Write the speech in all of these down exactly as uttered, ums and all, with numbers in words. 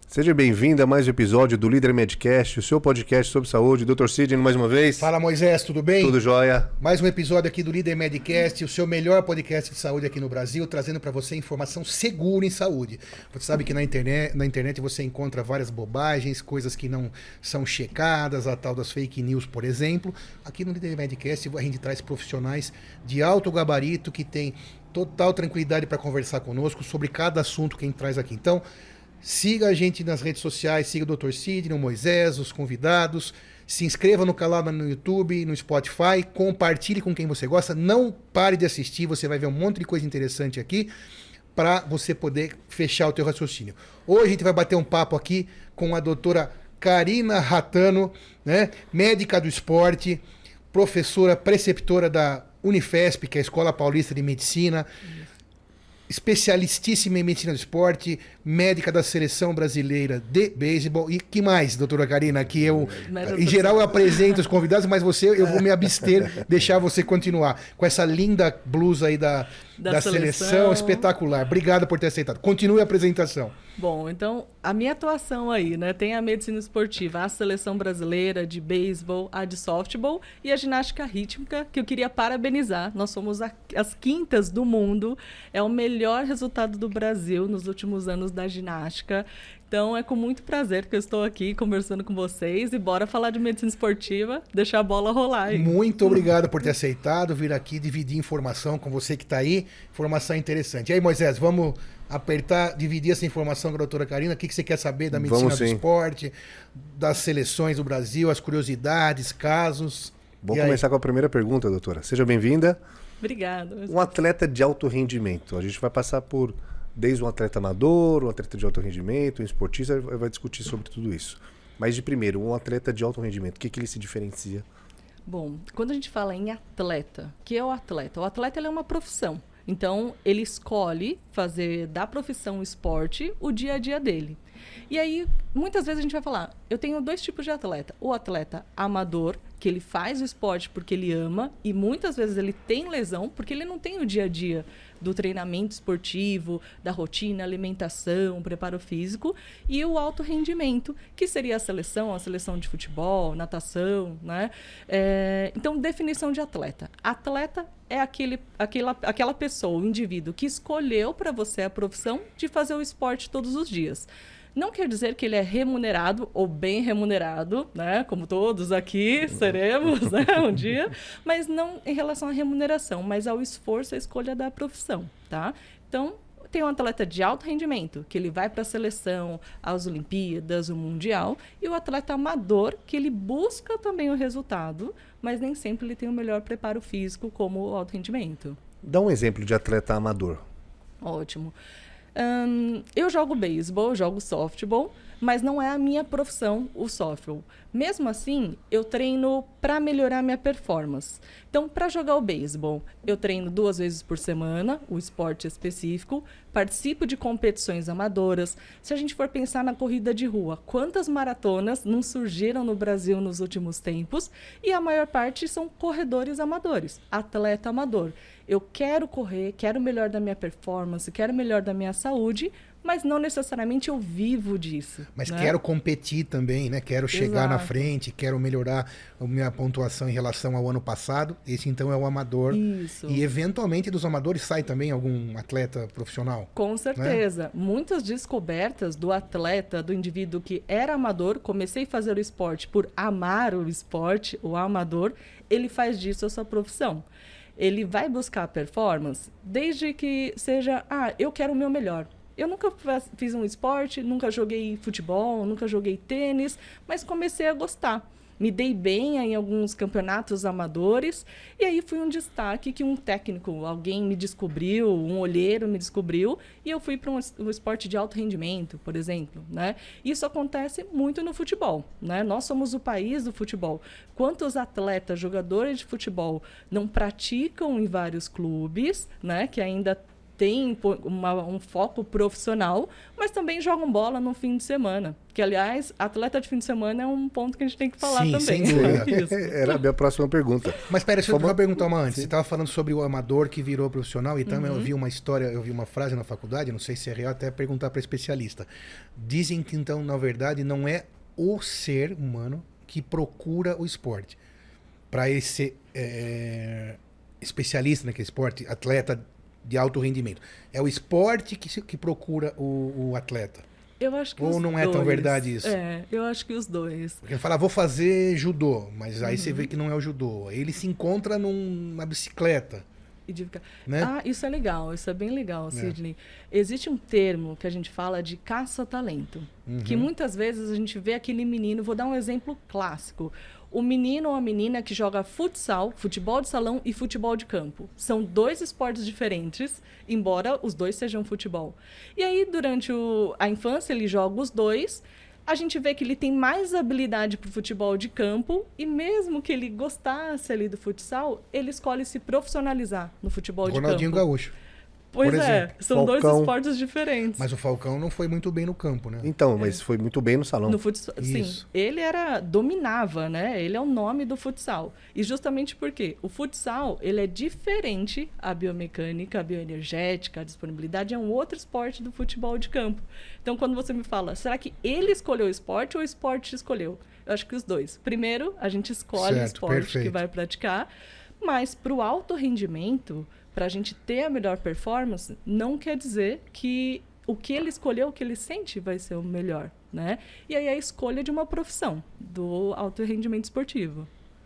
Seja bem-vindo a mais um episódio do Líder Medcast, o seu podcast sobre saúde. doutor Sidney, mais uma vez. Fala, Moisés, tudo bem? Tudo jóia. Mais um episódio aqui do Líder Medcast, o seu melhor podcast de saúde aqui no Brasil, trazendo para você informação segura em saúde. Você sabe que na internet, na internet você encontra várias bobagens, coisas que não são checadas, a tal das fake news, por exemplo. Aqui no Líder Medcast a gente traz profissionais de alto gabarito que tem total tranquilidade para conversar conosco sobre cada assunto que a gente traz aqui. Então, siga a gente nas redes sociais, siga o doutor Sidney, o Moisés, os convidados, se inscreva no canal no YouTube, no Spotify, compartilhe com quem você gosta, não pare de assistir, você vai ver um monte de coisa interessante aqui para você poder fechar o teu raciocínio. Hoje a gente vai bater um papo aqui com a doutora Karina Ratano, né, médica do esporte, professora preceptora da Unifesp, que é a Escola Paulista de Medicina, especialistíssima em medicina do esporte, médica da seleção brasileira de beisebol. E que mais, doutora Karina? Que eu, em geral, eu apresento os convidados, mas você, eu vou me abster, deixar você continuar com essa linda blusa aí da, da, da seleção. seleção, espetacular. Obrigado por ter aceitado. Continue a apresentação. Bom, então, a minha atuação aí, né? Tem a medicina esportiva, a seleção brasileira de beisebol, a de softball e a ginástica rítmica, que eu queria parabenizar. Nós somos a, as quintas do mundo. É o melhor resultado do Brasil nos últimos anos da ginástica. Então, é com muito prazer que eu estou aqui conversando com vocês e bora falar de medicina esportiva, deixar a bola rolar aí. Muito obrigado por ter aceitado vir aqui dividir informação com você que está aí, informação interessante. E aí, Moisés, vamos apertar, dividir essa informação com a doutora Karina. O que, que você quer saber da medicina do esporte, das seleções do Brasil, as curiosidades, casos? Vamos começar com a primeira pergunta, doutora. Seja bem-vinda. Obrigada. Um atleta de alto rendimento. A gente vai passar por desde um atleta amador, um atleta de alto rendimento, um esportista, vai discutir sobre tudo isso. Mas de primeiro, um atleta de alto rendimento, o que, que ele se diferencia? Bom, quando a gente fala em atleta, o que é o atleta? O atleta ele é uma profissão. Então, ele escolhe fazer da profissão esporte o dia a dia dele. E aí, muitas vezes a gente vai falar, eu tenho dois tipos de atleta. O atleta amador, que ele faz o esporte porque ele ama, e muitas vezes ele tem lesão porque ele não tem o dia a dia do treinamento esportivo, da rotina, alimentação, preparo físico, e o alto rendimento, que seria a seleção, a seleção de futebol, natação, né? É, então, definição de atleta. Atleta é aquele, aquela, aquela pessoa, o indivíduo que escolheu para você a profissão de fazer o esporte todos os dias. Não quer dizer que ele é remunerado ou bem remunerado, né? Como todos aqui seremos, né? Um dia, mas não em relação à remuneração, mas ao esforço, à escolha da profissão, tá? Então, tem um atleta de alto rendimento, que ele vai para a seleção, às Olimpíadas, o Mundial, e o atleta amador, que ele busca também o resultado, mas nem sempre ele tem o melhor preparo físico como o alto rendimento. Dá um exemplo de atleta amador. Ótimo. Um, eu jogo beisebol, jogo softball, mas não é a minha profissão o softball. Mesmo assim, eu treino para melhorar minha performance. Então, para jogar o beisebol, eu treino duas vezes por semana, o esporte específico, participo de competições amadoras. Se a gente for pensar na corrida de rua, quantas maratonas não surgiram no Brasil nos últimos tempos? E a maior parte são corredores amadores, atleta amador. Eu quero correr, quero o melhor da minha performance, quero o melhor da minha saúde, mas não necessariamente eu vivo disso. Mas né? quero competir também, né? Quero chegar Exato. na frente, quero melhorar a minha pontuação em relação ao ano passado. Esse, então, é o amador. Isso. E, eventualmente, dos amadores sai também algum atleta profissional. Com certeza. Né? Muitas descobertas do atleta, do indivíduo que era amador, comecei a fazer o esporte por amar o esporte, o amador, ele faz disso a sua profissão. Ele vai buscar performance desde que seja, ah, eu quero o meu melhor. Eu nunca fiz um esporte, nunca joguei futebol, nunca joguei tênis, mas comecei a gostar. Me dei bem em alguns campeonatos amadores e aí fui um destaque que um técnico, alguém me descobriu, um olheiro me descobriu e eu fui para um, um esporte de alto rendimento, por exemplo, né? Isso acontece muito no futebol, né? Nós somos o país do futebol. Quantos atletas, jogadores de futebol não praticam em vários clubes, né? Que ainda tem uma, um foco profissional, mas também jogam bola no fim de semana. Que, aliás, atleta de fim de semana é um ponto que a gente tem que falar Sim, também. sem dúvida. Isso. Era a minha próxima pergunta. Mas pera, deixa eu Como- só perguntar uma antes. Sim. Você estava falando sobre o amador que virou profissional e também Uhum. eu vi uma história, eu vi uma frase na faculdade, não sei se é real, até perguntar para especialista. Dizem que então, na verdade, não é o ser humano que procura o esporte. Para ele ser é, especialista naquele esporte, atleta de alto rendimento. É o esporte que, se- que procura o, o atleta. Eu acho que Ou os não é tão dois. verdade isso? É, eu acho que os dois. Porque ele fala, vou fazer judô, mas aí Uhum. você vê que não é o judô. Aí ele se encontra numa bicicleta, E de ficar- né? Ah, isso é legal, isso é bem legal, É. Sidney. Existe um termo que a gente fala de caça-talento, Uhum. que muitas vezes a gente vê aquele menino, vou dar um exemplo clássico. O menino ou a menina que joga futsal, futebol de salão e futebol de campo. São dois esportes diferentes, embora os dois sejam futebol. E aí, durante o- a infância, ele joga os dois. A gente vê que ele tem mais habilidade para o futebol de campo e mesmo que ele gostasse ali do futsal, ele escolhe se profissionalizar no futebol de Ronaldinho campo. Gaúcho. Pois por é, exemplo. são dois Falcão. esportes diferentes. Mas o Falcão não foi muito bem no campo, né? Então, mas foi muito bem no salão. No futsal, sim, Isso. ele era dominava, né? Ele é o nome do futsal. E justamente porque o futsal, ele é diferente, a biomecânica, a bioenergética, a disponibilidade é um outro esporte do futebol de campo. Então, quando você me fala, será que ele escolheu o esporte ou o esporte escolheu? Eu acho que os dois. Primeiro, a gente escolhe Certo, o esporte perfeito. que vai praticar, mas para o alto rendimento, para a gente ter a melhor performance, não quer dizer que o que ele escolheu, o que ele sente, vai ser o melhor, né? E aí é a escolha de uma profissão do alto rendimento esportivo.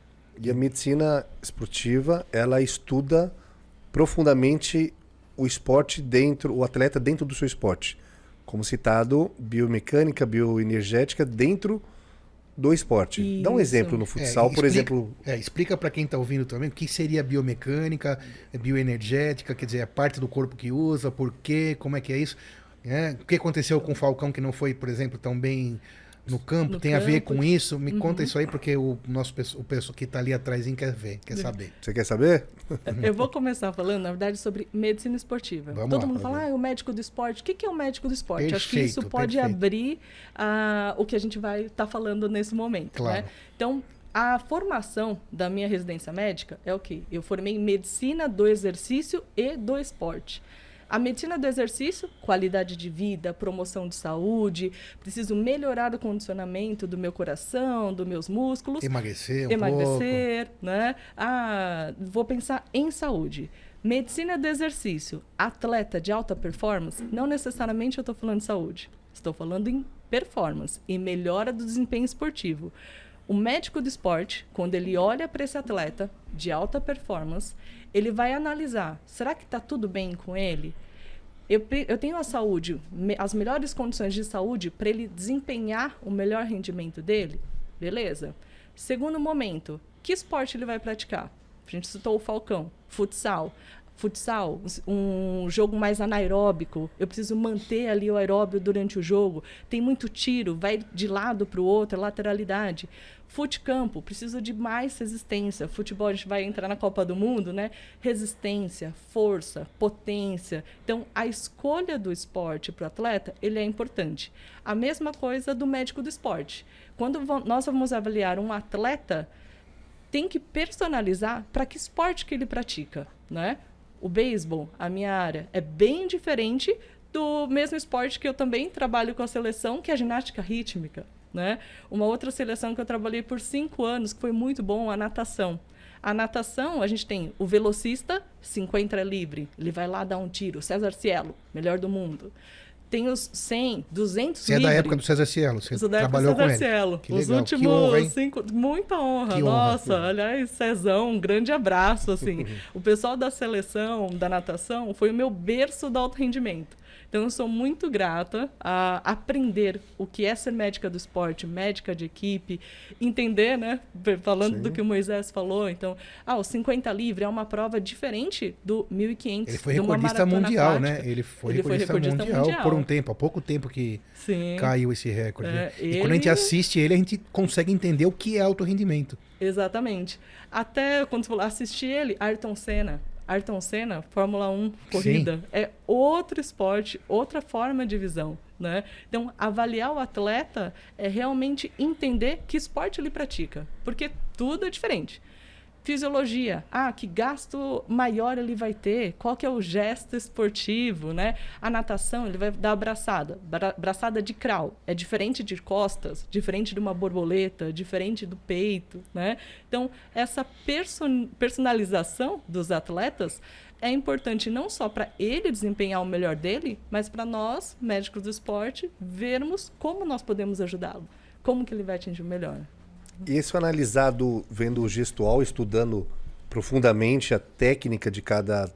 E a medicina esportiva, ela estuda profundamente o esporte dentro, o atleta dentro do seu esporte. Como citado, biomecânica, bioenergética dentro do esporte. Dá um Isso. exemplo no futsal, É, por explica- exemplo. É, explica para quem está ouvindo também o que seria biomecânica, bioenergética, quer dizer, a parte do corpo que usa, por quê, como é que é isso. É, o que aconteceu com o Falcão que não foi, por exemplo, tão bem no campo, No tem a ver campo. com isso? Me conta Uhum. isso aí, porque o nosso pesso- o pessoal que está ali atrás quer ver, quer saber. Você quer saber? Eu vou começar falando, na verdade, sobre medicina esportiva. Vamos Todo lá. mundo fala, ah, o médico do esporte. O que que é o médico do esporte? Acho que isso Perfeito, pode perfeito. abrir ah, o que a gente vai estar falando nesse momento. Claro. Né? Então, a formação da minha residência médica é o quê? Eu formei em medicina do exercício e do esporte. A medicina do exercício, qualidade de vida, promoção de saúde, preciso melhorar o condicionamento do meu coração, dos meus músculos. Emagrecer um Emagrecer, né? Ah, vou pensar em saúde. Medicina do exercício, atleta de alta performance, não necessariamente eu estou falando de saúde. Estou falando em performance, em melhora do desempenho esportivo. O médico do esporte, quando ele olha para esse atleta de alta performance, ele vai analisar, será que está tudo bem com ele? Eu, pe- eu tenho a saúde, me- as melhores condições de saúde para ele desempenhar o melhor rendimento dele? Beleza. Segundo momento, que esporte ele vai praticar? A gente citou o Falcão, futsal. Futsal, um jogo mais anaeróbico. Eu preciso manter ali o aeróbio durante o jogo. Tem muito tiro, vai de lado para o outro, lateralidade. Futecampo, preciso de mais resistência. Futebol, a gente vai entrar na Copa do Mundo, né? Resistência, força, potência. Então, a escolha do esporte para o atleta, ele é importante. A mesma coisa do médico do esporte. Quando va- nós vamos avaliar um atleta, tem que personalizar para que esporte que ele pratica, né? O beisebol, a minha área, é bem diferente do mesmo esporte que eu também trabalho com a seleção, que é a ginástica rítmica, né? Uma outra seleção que eu trabalhei por cinco anos, que foi muito bom, a natação. A natação, a gente tem o velocista, cinquenta livre, ele vai lá dar um tiro, César Cielo, melhor do mundo. Tem os cem, duzentos Você é livre. da época do César Cielo, você Sou da época do trabalhou com César ele. Cielo. Que Os legal, últimos que honra, hein? cinco. Muita honra. Que honra. Nossa, aliás, Cezão, um grande abraço. Assim. O pessoal da seleção, da natação, foi o meu berço do alto rendimento. Então, eu sou muito grata a aprender o que é ser médica do esporte, médica de equipe, entender, né? Falando Sim. do que o Moisés falou. Então, ah, o cinquenta livre é uma prova diferente do mil e quinhentos. Ele foi de uma recordista maratona mundial, aquática. né? Ele foi Ele foi recordista, recordista mundial, mundial. por um tempo, há pouco tempo que Sim. caiu esse recorde. É, né? E quando a gente ele- assiste ele, a gente consegue entender o que é alto rendimento. Exatamente. Até quando você falou, assisti ele, Ayrton Senna. Ayrton Senna, Fórmula um, corrida, Sim. é outro esporte, outra forma de visão, né? Então, avaliar o atleta é realmente entender que esporte ele pratica, porque tudo é diferente. Fisiologia, ah, que gasto maior ele vai ter, qual que é o gesto esportivo, né? A natação, ele vai dar abraçada, bra braçada de crawl, é diferente de costas, diferente de uma borboleta, diferente do peito, né? Então, essa person personalização dos atletas é importante não só para ele desempenhar o melhor dele, mas para nós, médicos do esporte, vermos como nós podemos ajudá-lo, como que ele vai atingir o melhor. E isso analisado, vendo o gestual, estudando profundamente a técnica de cada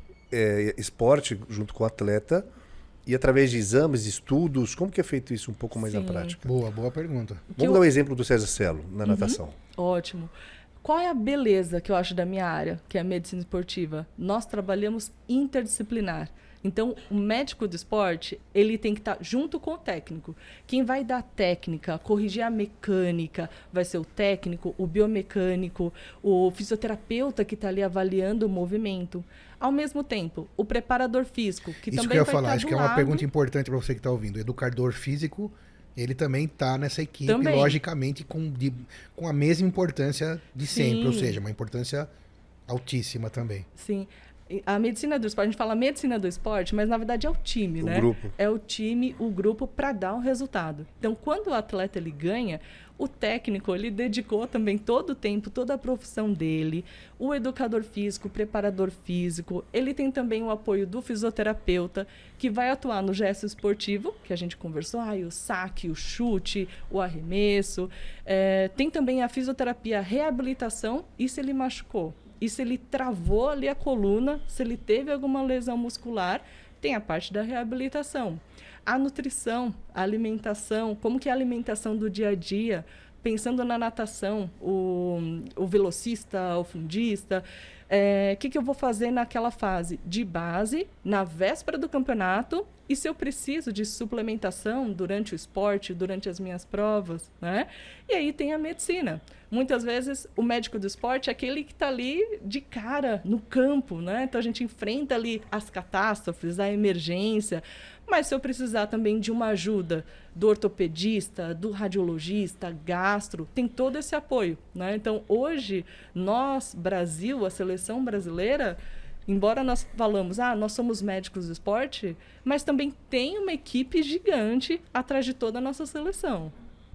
é, esporte junto com o atleta, e através de exames, estudos, como que é feito isso um pouco mais Sim. na prática? Boa, boa pergunta. Vamos eu... dar o um exemplo do César Cielo na uhum. natação. Ótimo. Qual é a beleza que eu acho da minha área, que é a medicina esportiva? Nós trabalhamos interdisciplinar. Então, o médico do esporte, ele tem que estar junto com o técnico. Quem vai dar técnica, corrigir a mecânica, vai ser o técnico, o biomecânico, o fisioterapeuta que está ali avaliando o movimento. Ao mesmo tempo, o preparador físico, que Isso também que eu ia vai falar, estar acho do que é uma lado. pergunta importante para você que está ouvindo. O educador físico, ele também está nessa equipe, também. logicamente, com, de, com a mesma importância de Sim. sempre, ou seja, uma importância altíssima também. Sim. A medicina do esporte, a gente fala medicina do esporte, mas na verdade é o time, o né? Grupo. É o time, o grupo para dar um resultado. Então, quando o atleta ele ganha, o técnico ele dedicou também todo o tempo, toda a profissão dele, o educador físico, o preparador físico, ele tem também o apoio do fisioterapeuta, que vai atuar no gesto esportivo, que a gente conversou, ah, o saque, o chute, o arremesso. É, tem também a fisioterapia, a reabilitação, e se ele machucou? E se ele travou ali a coluna, se ele teve alguma lesão muscular, tem a parte da reabilitação. A nutrição, a alimentação, como que é a alimentação do dia a dia, pensando na natação, o, o velocista, o fundista, o é, que, que eu vou fazer naquela fase de base, na véspera do campeonato, e se eu preciso de suplementação durante o esporte, durante as minhas provas, né? E aí tem a medicina. Muitas vezes o médico do esporte é aquele que está ali de cara, no campo, né? Então a gente enfrenta ali as catástrofes, a emergência, mas se eu precisar também de uma ajuda do ortopedista, do radiologista, gastro, tem todo esse apoio, né? Então hoje, nós, Brasil, a seleção brasileira, embora nós falamos, ah, nós somos médicos do esporte, mas também tem uma equipe gigante atrás de toda a nossa seleção.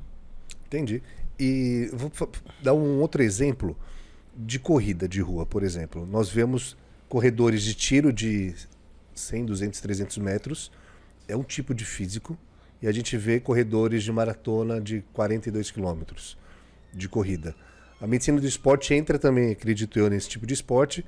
Entendi. E vou dar um outro exemplo de corrida de rua, por exemplo. Nós vemos corredores de tiro de cem, duzentos, trezentos metros, é um tipo de físico, e a gente vê corredores de maratona de quarenta e dois quilômetros de corrida. A medicina do esporte entra também, acredito eu, nesse tipo de esporte,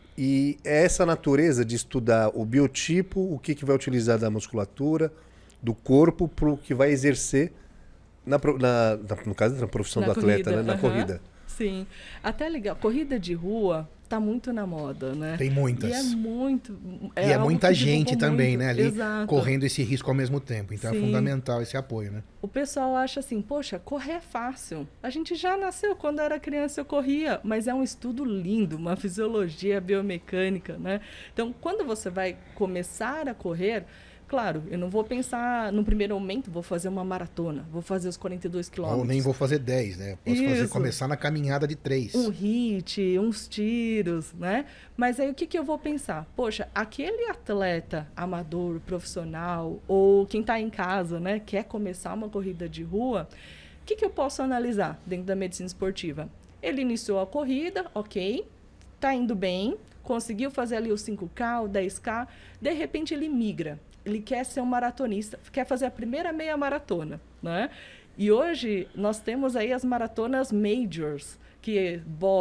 e é essa natureza de estudar o biotipo, o que, que vai utilizar da musculatura, do corpo, para o que vai exercer, na, na, na, no caso, na profissão na do atleta, corrida, né? na uhum. corrida. Sim. Até legal. Corrida de rua tá muito na moda, né? Tem muitas. E é muito... É e é muita gente também, muito. né? Ali Exato. correndo esse risco ao mesmo tempo. Então Sim. é fundamental esse apoio, né? O pessoal acha assim, poxa, correr é fácil. A gente já nasceu, quando era criança eu corria, mas é um estudo lindo, uma fisiologia biomecânica, né? Então, quando você vai começar a correr... Claro, eu não vou pensar, no primeiro momento, vou fazer uma maratona, vou fazer os quarenta e dois quilômetros. Ou nem vou fazer dez, né? Posso fazer, começar na caminhada de três. Um hit, uns tiros, né? Mas aí o que, que eu vou pensar? Poxa, aquele atleta amador, profissional, ou quem está em casa, né, quer começar uma corrida de rua, o que, que eu posso analisar dentro da medicina esportiva? Ele iniciou a corrida, ok, está indo bem, conseguiu fazer ali o cinco K, o dez K, de repente ele migra. Ele quer ser um maratonista, quer fazer a primeira meia maratona, né? E hoje nós temos aí as maratonas majors, que é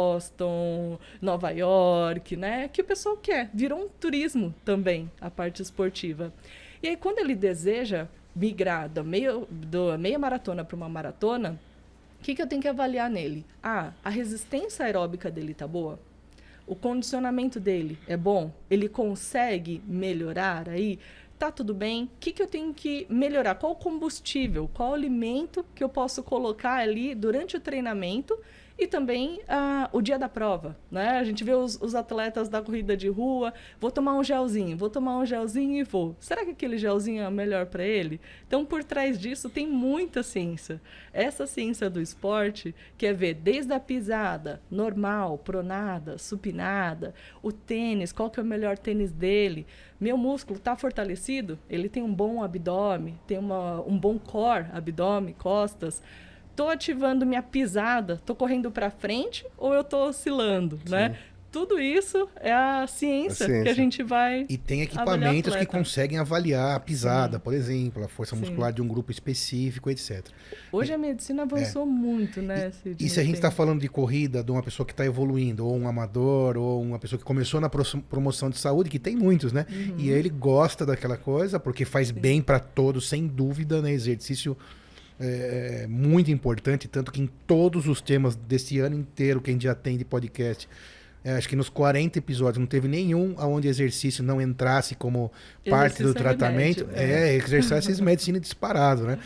Boston, Nova York, né? Que o pessoal quer, virou um turismo também, a parte esportiva. E aí quando ele deseja migrar da meia, da meia maratona para uma maratona, o que, que eu tenho que avaliar nele? Ah, a resistência aeróbica dele tá boa? O condicionamento dele é bom? Ele consegue melhorar aí? Tá tudo bem? O que, que eu tenho que melhorar? Qual o combustível? Qual o alimento que eu posso colocar ali durante o treinamento E também ah, o dia da prova, né? A gente vê os, os atletas da corrida de rua, vou tomar um gelzinho, vou tomar um gelzinho e vou. Será que aquele gelzinho é melhor para ele? Então, por trás disso, tem muita ciência. Essa ciência do esporte, que é ver desde a pisada, normal, pronada, supinada, o tênis, qual que é o melhor tênis dele. Meu músculo está fortalecido? Ele tem um bom abdômen, tem uma, um bom core, abdômen, costas. Estou ativando minha pisada, estou correndo para frente ou eu estou oscilando, Sim. né? Tudo isso é a ciência, a ciência que a gente vai E tem equipamentos que conseguem avaliar a pisada, Sim. por exemplo, a força Sim. muscular de um grupo específico, etcétera. Hoje a medicina avançou é. muito, né? E, e se a gente está falando de corrida, de uma pessoa que está evoluindo, ou um amador, ou uma pessoa que começou na promoção de saúde, que tem muitos, né? Uhum. E ele gosta daquela coisa, porque faz Sim. bem para todos, sem dúvida, né? Exercício é muito importante, tanto que em todos os temas desse ano inteiro que a gente já tem de podcast, é, acho que nos quarenta episódios não teve nenhum onde exercício não entrasse como parte do tratamento. Remédio, é, é exercício e medicina disparado, né?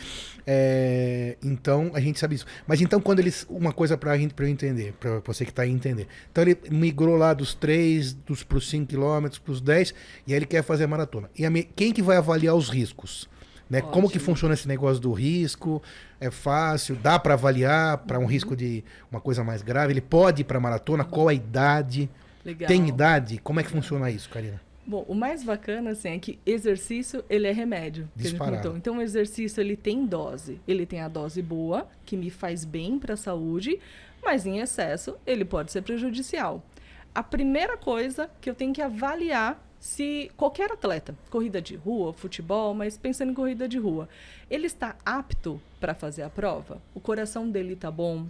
É, então, a gente sabe isso. Mas então, quando eles... Uma coisa pra gente, pra eu entender, pra você que tá aí entender. Então, ele migrou lá dos três dos, pros cinco quilômetros, pros dez, e aí ele quer fazer a maratona. E a, quem que vai avaliar os riscos? Né? Como que funciona esse negócio do risco? É fácil? Dá para avaliar para um uhum. risco de uma coisa mais grave? Ele pode ir para maratona? Uhum. Qual a idade? Legal. Tem idade? Como é que funciona isso, Karina? Bom, o mais bacana assim, é que exercício ele é remédio. Disparado. Então o exercício ele tem dose. Ele tem a dose boa, que me faz bem para a saúde, mas em excesso ele pode ser prejudicial. A primeira coisa que eu tenho que avaliar se qualquer atleta, corrida de rua, futebol, mas pensando em corrida de rua, ele está apto para fazer a prova? O coração dele está bom?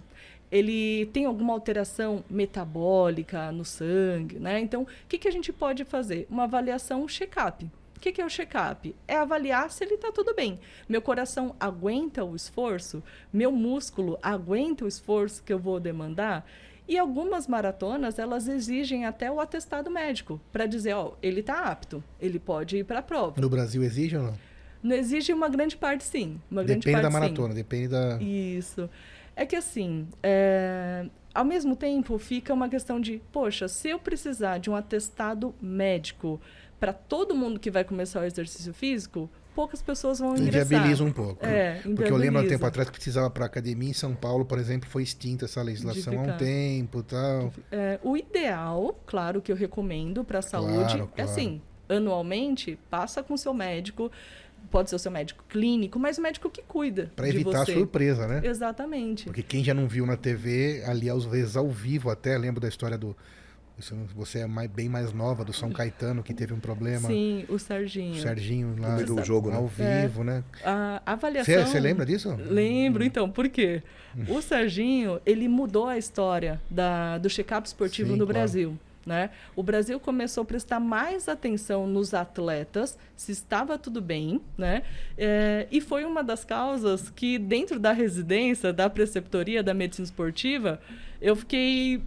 Ele tem alguma alteração metabólica no sangue, né? Então, o que, que a gente pode fazer? Uma avaliação, um check-up. O que, que é o check-up? É avaliar se ele está tudo bem. Meu coração aguenta o esforço? Meu músculo aguenta o esforço que eu vou demandar? E algumas maratonas, elas exigem até o atestado médico para dizer, ó, ele está apto, ele pode ir para a prova. No Brasil exige ou não? Não exige uma grande parte, sim. Uma depende grande parte, da maratona, sim. depende da... Isso. É que assim, é... ao mesmo tempo fica uma questão de, poxa, se eu precisar de um atestado médico para todo mundo que vai começar o exercício físico, poucas pessoas vão ingressar. Inviabiliza um pouco. É, porque eu lembro há um tempo atrás que precisava para academia em São Paulo, por exemplo, foi extinta essa legislação há um tempo e tal. É, o ideal, claro, que eu recomendo para a saúde, claro, claro. é assim, anualmente, passa com o seu médico, pode ser o seu médico clínico, mas o médico que cuida para evitar você. a surpresa, né? Exatamente. Porque quem já não viu na T V, ali às vezes ao vivo até, lembro da história do... Você é mais, bem mais nova, do São Caetano, que teve um problema. Sim, o Serginho. O Serginho lá do jogo, ao né? vivo, é. né? A avaliação... Você lembra disso? Lembro, então. Por quê? O Serginho, ele mudou a história da, do check-up esportivo Sim, no claro. Brasil. Né? O Brasil começou a prestar mais atenção nos atletas, se estava tudo bem, né? É, e foi uma das causas que, dentro da residência, da preceptoria da medicina esportiva, eu fiquei...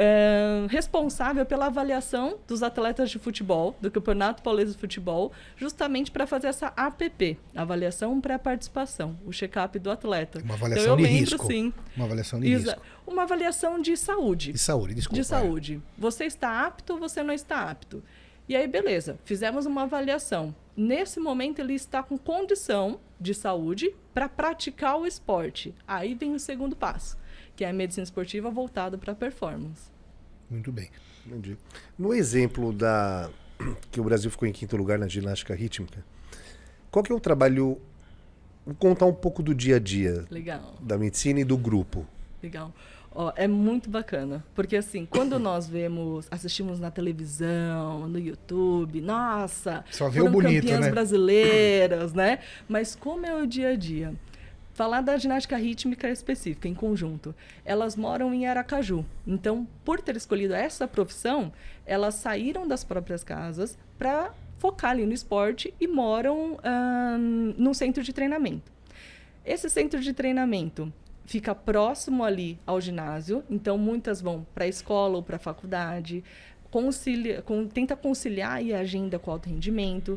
É, responsável pela avaliação dos atletas de futebol, do Campeonato Paulista de Futebol, justamente para fazer essa A P P, avaliação pré-participação, o check-up do atleta. Uma avaliação então, eu de lembro, risco. Sim, Uma avaliação de Isa, risco. Uma avaliação de saúde. De saúde, desculpa. De saúde. É. Você está apto ou você não está apto? E aí, beleza, fizemos uma avaliação. Nesse momento, ele está com condição de saúde para praticar o esporte. Aí vem o segundo passo, que é a medicina esportiva voltada para a performance. Muito bem. Entendi. No exemplo da que o Brasil ficou em quinto lugar na ginástica rítmica, qual que é o trabalho... Vou contar um pouco do dia a dia. Legal. Da medicina e do grupo. Legal. Ó, é muito bacana, porque assim, quando nós vemos, assistimos na televisão, no YouTube, nossa, só vê foram o bonito, campeãs né? brasileiras, né? Mas como é o dia a dia? Falar da ginástica rítmica específica, em conjunto. Elas moram em Aracaju. Então, por ter escolhido essa profissão, elas saíram das próprias casas para focar ali no esporte e moram hum, num centro de treinamento. Esse centro de treinamento fica próximo ali ao ginásio, então muitas vão para a escola ou para a faculdade, concilia, com, tenta conciliar aí a agenda com o alto rendimento.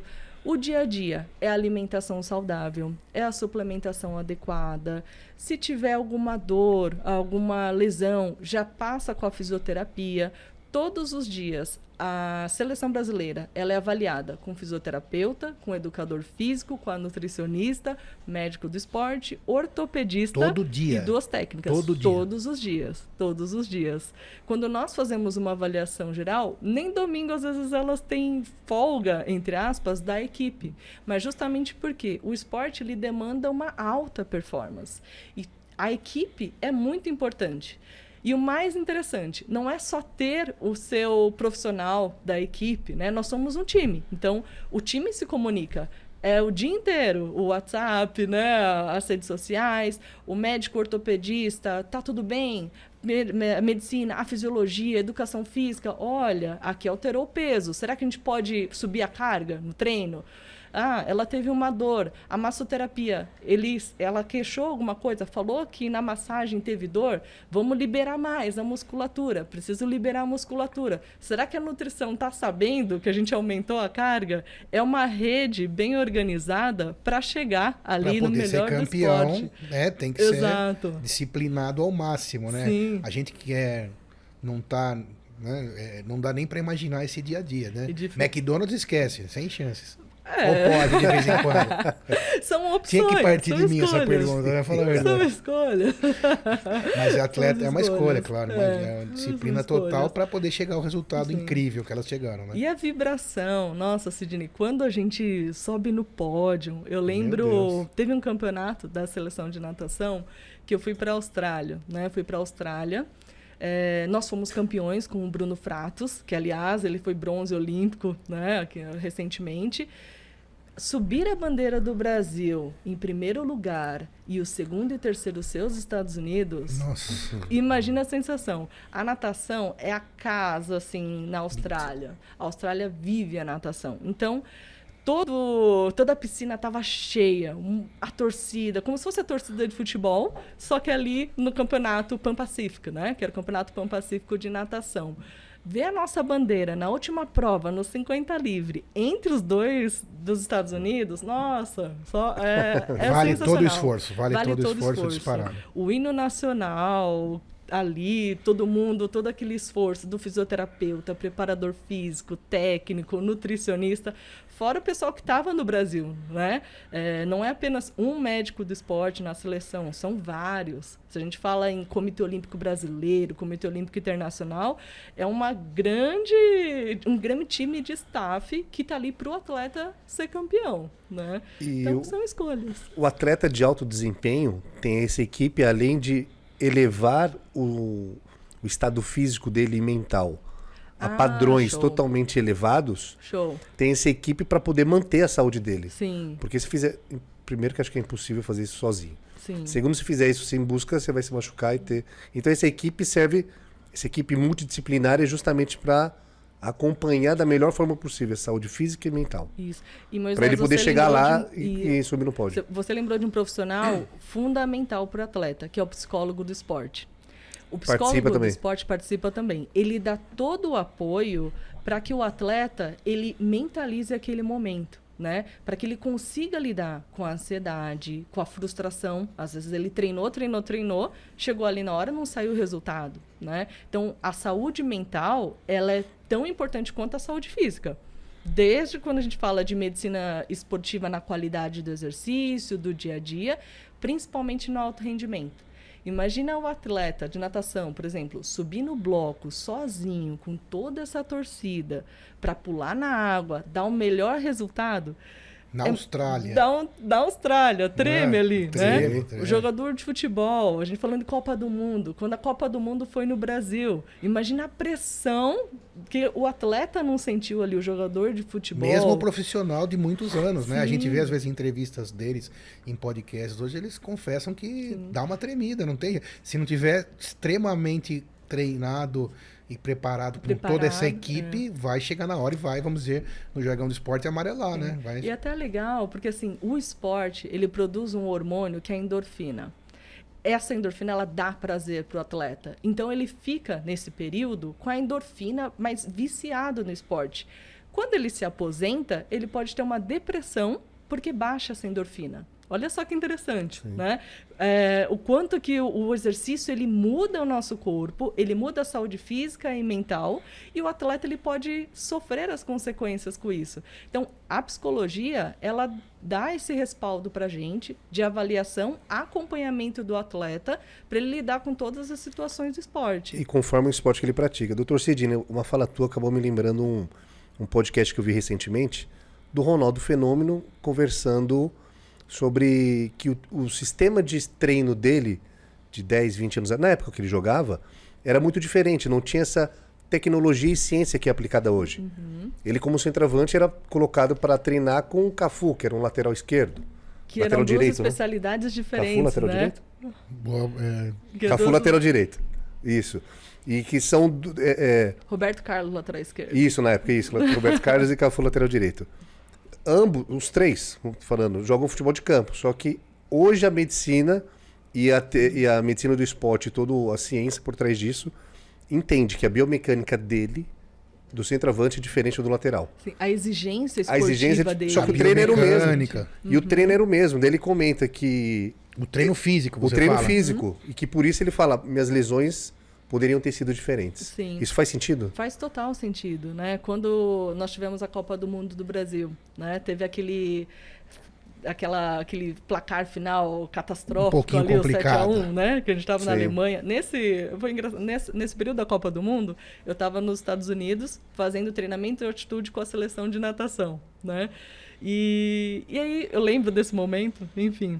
O dia a dia é a alimentação saudável, é a suplementação adequada. Se tiver alguma dor, alguma lesão, já passa com a fisioterapia. Todos os dias, a seleção brasileira ela é avaliada com fisioterapeuta, com educador físico, com a nutricionista, médico do esporte, ortopedista Todo dia. e duas técnicas. Todo dia. Todos os dias. Todos os dias. Quando nós fazemos uma avaliação geral, nem domingo, às vezes, elas têm folga, entre aspas, da equipe. Mas justamente porque o esporte ele demanda uma alta performance. E a equipe é muito importante. E o mais interessante, não é só ter o seu profissional da equipe, né? Nós somos um time. Então, o time se comunica. É o dia inteiro, o WhatsApp, né? As redes sociais, o médico ortopedista, tá tudo bem? A medicina, a fisiologia, a educação física. Olha, aqui alterou o peso. Será que a gente pode subir a carga no treino? Ah, ela teve uma dor. A massoterapia, ele, ela queixou alguma coisa, falou que na massagem teve dor, vamos liberar mais a musculatura, preciso liberar a musculatura. Será que a nutrição está sabendo que a gente aumentou a carga? É uma rede bem organizada para chegar ali no melhor ser campeão, do esporte. Né, tem que Exato. ser disciplinado ao máximo, né? Sim. A gente que é, não tá... Né, é, não dá nem para imaginar esse dia a dia, né? dif... McDonald's esquece, sem chances. É. Ou pode de vez em quando? São opções. Tinha que partir de mim escolhas. essa pergunta, né? Fala a São verdade. escolhas. Mas atleta é uma escolha, claro. É, Mas é uma disciplina total para poder chegar ao resultado Sim. incrível que elas chegaram, né? E a vibração, nossa, Sidney, quando a gente sobe no pódio, eu lembro, teve um campeonato da seleção de natação que eu fui para a Austrália, né? Fui para a Austrália. É, nós fomos campeões com o Bruno Fratos, que, aliás, ele foi bronze olímpico, né, aqui, recentemente. Subir a bandeira do Brasil em primeiro lugar e o segundo e terceiro seus Estados Unidos, Nossa. Imagina a sensação. A natação é a casa, assim, na Austrália. A Austrália vive a natação. Então, Todo, toda a piscina estava cheia, um, a torcida, como se fosse a torcida de futebol, só que ali no campeonato Pan-Pacífico, né? Que era o campeonato Pan-Pacífico de natação. Ver a nossa bandeira na última prova, no cinquenta livre, entre os dois dos Estados Unidos, nossa, só é, é vale sensacional. todo o esforço, vale, vale todo o esforço, esforço disparado. O hino nacional ali, todo mundo, todo aquele esforço do fisioterapeuta, preparador físico, técnico, nutricionista, fora o pessoal que estava no Brasil, né? É, não é apenas um médico do esporte na seleção, são vários. Se a gente fala em Comitê Olímpico Brasileiro, Comitê Olímpico Internacional, é uma grande, um grande time de staff que está ali para o atleta ser campeão, né? E então, o, são escolhas. O atleta de alto desempenho tem essa equipe, além de elevar o, o estado físico dele e mental a Ah, padrões show. totalmente elevados, Show. tem essa equipe para poder manter a saúde dele. Sim, Porque se fizer... Primeiro que acho que é impossível fazer isso sozinho. sim. Segundo, se fizer isso sem busca, você vai se machucar e ter... Então essa equipe serve... Essa equipe multidisciplinar é justamente para acompanhar da melhor forma possível a saúde física e mental. Isso. E, Moisés, Para ele poder você chegar lembrou lá de um- e, e subir no pódio. Você- Você lembrou de um profissional fundamental para o atleta, que é o psicólogo do esporte. O psicólogo Participa do também. esporte participa também. Ele dá todo o apoio para que o atleta ele mentalize aquele momento, né? Para que ele consiga lidar com a ansiedade, com a frustração. Às vezes ele treinou, treinou, treinou, chegou ali na hora e não saiu o resultado, né? Então, a saúde mental, ela é tão importante quanto a saúde física. Desde quando a gente fala de medicina esportiva na qualidade do exercício, do dia a dia, principalmente no alto rendimento. Imagina o atleta de natação, por exemplo, subir no bloco sozinho, com toda essa torcida, para pular na água, dar o melhor resultado. Na É, Austrália. Da, um- da Austrália, treme É, ali, treme, né? treme. O jogador de futebol, a gente falando de Copa do Mundo, quando a Copa do Mundo foi no Brasil, imagina a pressão que o atleta não sentiu ali, o jogador de futebol. Mesmo profissional de muitos anos, né? A gente Sim. vê, às vezes, entrevistas deles em podcasts. Hoje eles confessam que dá uma tremida, não tem... Se não tiver extremamente treinado e preparado com Preparado, toda essa equipe, vai chegar na hora e vai, vamos dizer, no jargão do esporte, amarelar, né? Vai... E até é legal, porque assim, o esporte, ele produz um hormônio que é a endorfina. Essa endorfina, ela dá prazer pro atleta. Então, ele fica, nesse período, com a endorfina, mas viciado no esporte. Quando ele se aposenta, ele pode ter uma depressão porque baixa essa endorfina. Olha só que interessante, Sim. né? É, o quanto que o, o exercício ele muda o nosso corpo, ele muda a saúde física e mental, e o atleta ele pode sofrer as consequências com isso. Então, a psicologia, ela dá esse respaldo para a gente de avaliação, acompanhamento do atleta, para ele lidar com todas as situações do esporte. E conforme o esporte que ele pratica. doutor Cidinha, uma fala tua acabou me lembrando um, um podcast que eu vi recentemente, do Ronaldo Fenômeno, conversando sobre que o, o sistema de treino dele, de dez, vinte anos, na época que ele jogava, era muito diferente, não tinha essa tecnologia e ciência que é aplicada hoje. Uhum. Ele, como centroavante, era colocado para treinar com o Cafu, que era um lateral esquerdo. Que lateral eram duas direito, especialidades né? diferentes, Cafu, lateral né? direito? Boa, é... Cafu, duas... lateral direito. Isso. E que são... É, é... Roberto Carlos, lateral esquerdo. Isso, na época, isso. Roberto Carlos e Cafu, lateral direito. Ambos, os três, falando, jogam futebol de campo. Só que hoje a medicina e a, te, e a medicina do esporte, toda a ciência por trás disso, entende que a biomecânica dele, do centroavante, é diferente do lateral. Sim, a exigência esportiva a exigência, dele. Só que o treino era o mesmo. Uhum. E o treino era o mesmo. Daí ele comenta que... O treino físico, você O treino fala. físico. Uhum. E que por isso ele fala, minhas lesões poderiam ter sido diferentes. Sim. Isso faz sentido? Faz total sentido, né? Quando nós tivemos a Copa do Mundo do Brasil, né? Teve aquele, aquela, aquele placar final catastrófico um ali, complicado. o sete a um, né? Que a gente estava na Sim. Alemanha. Nesse, foi engraçado, nesse, nesse período da Copa do Mundo, eu estava nos Estados Unidos fazendo treinamento de altitude com a seleção de natação, né? E, e aí eu lembro desse momento, enfim,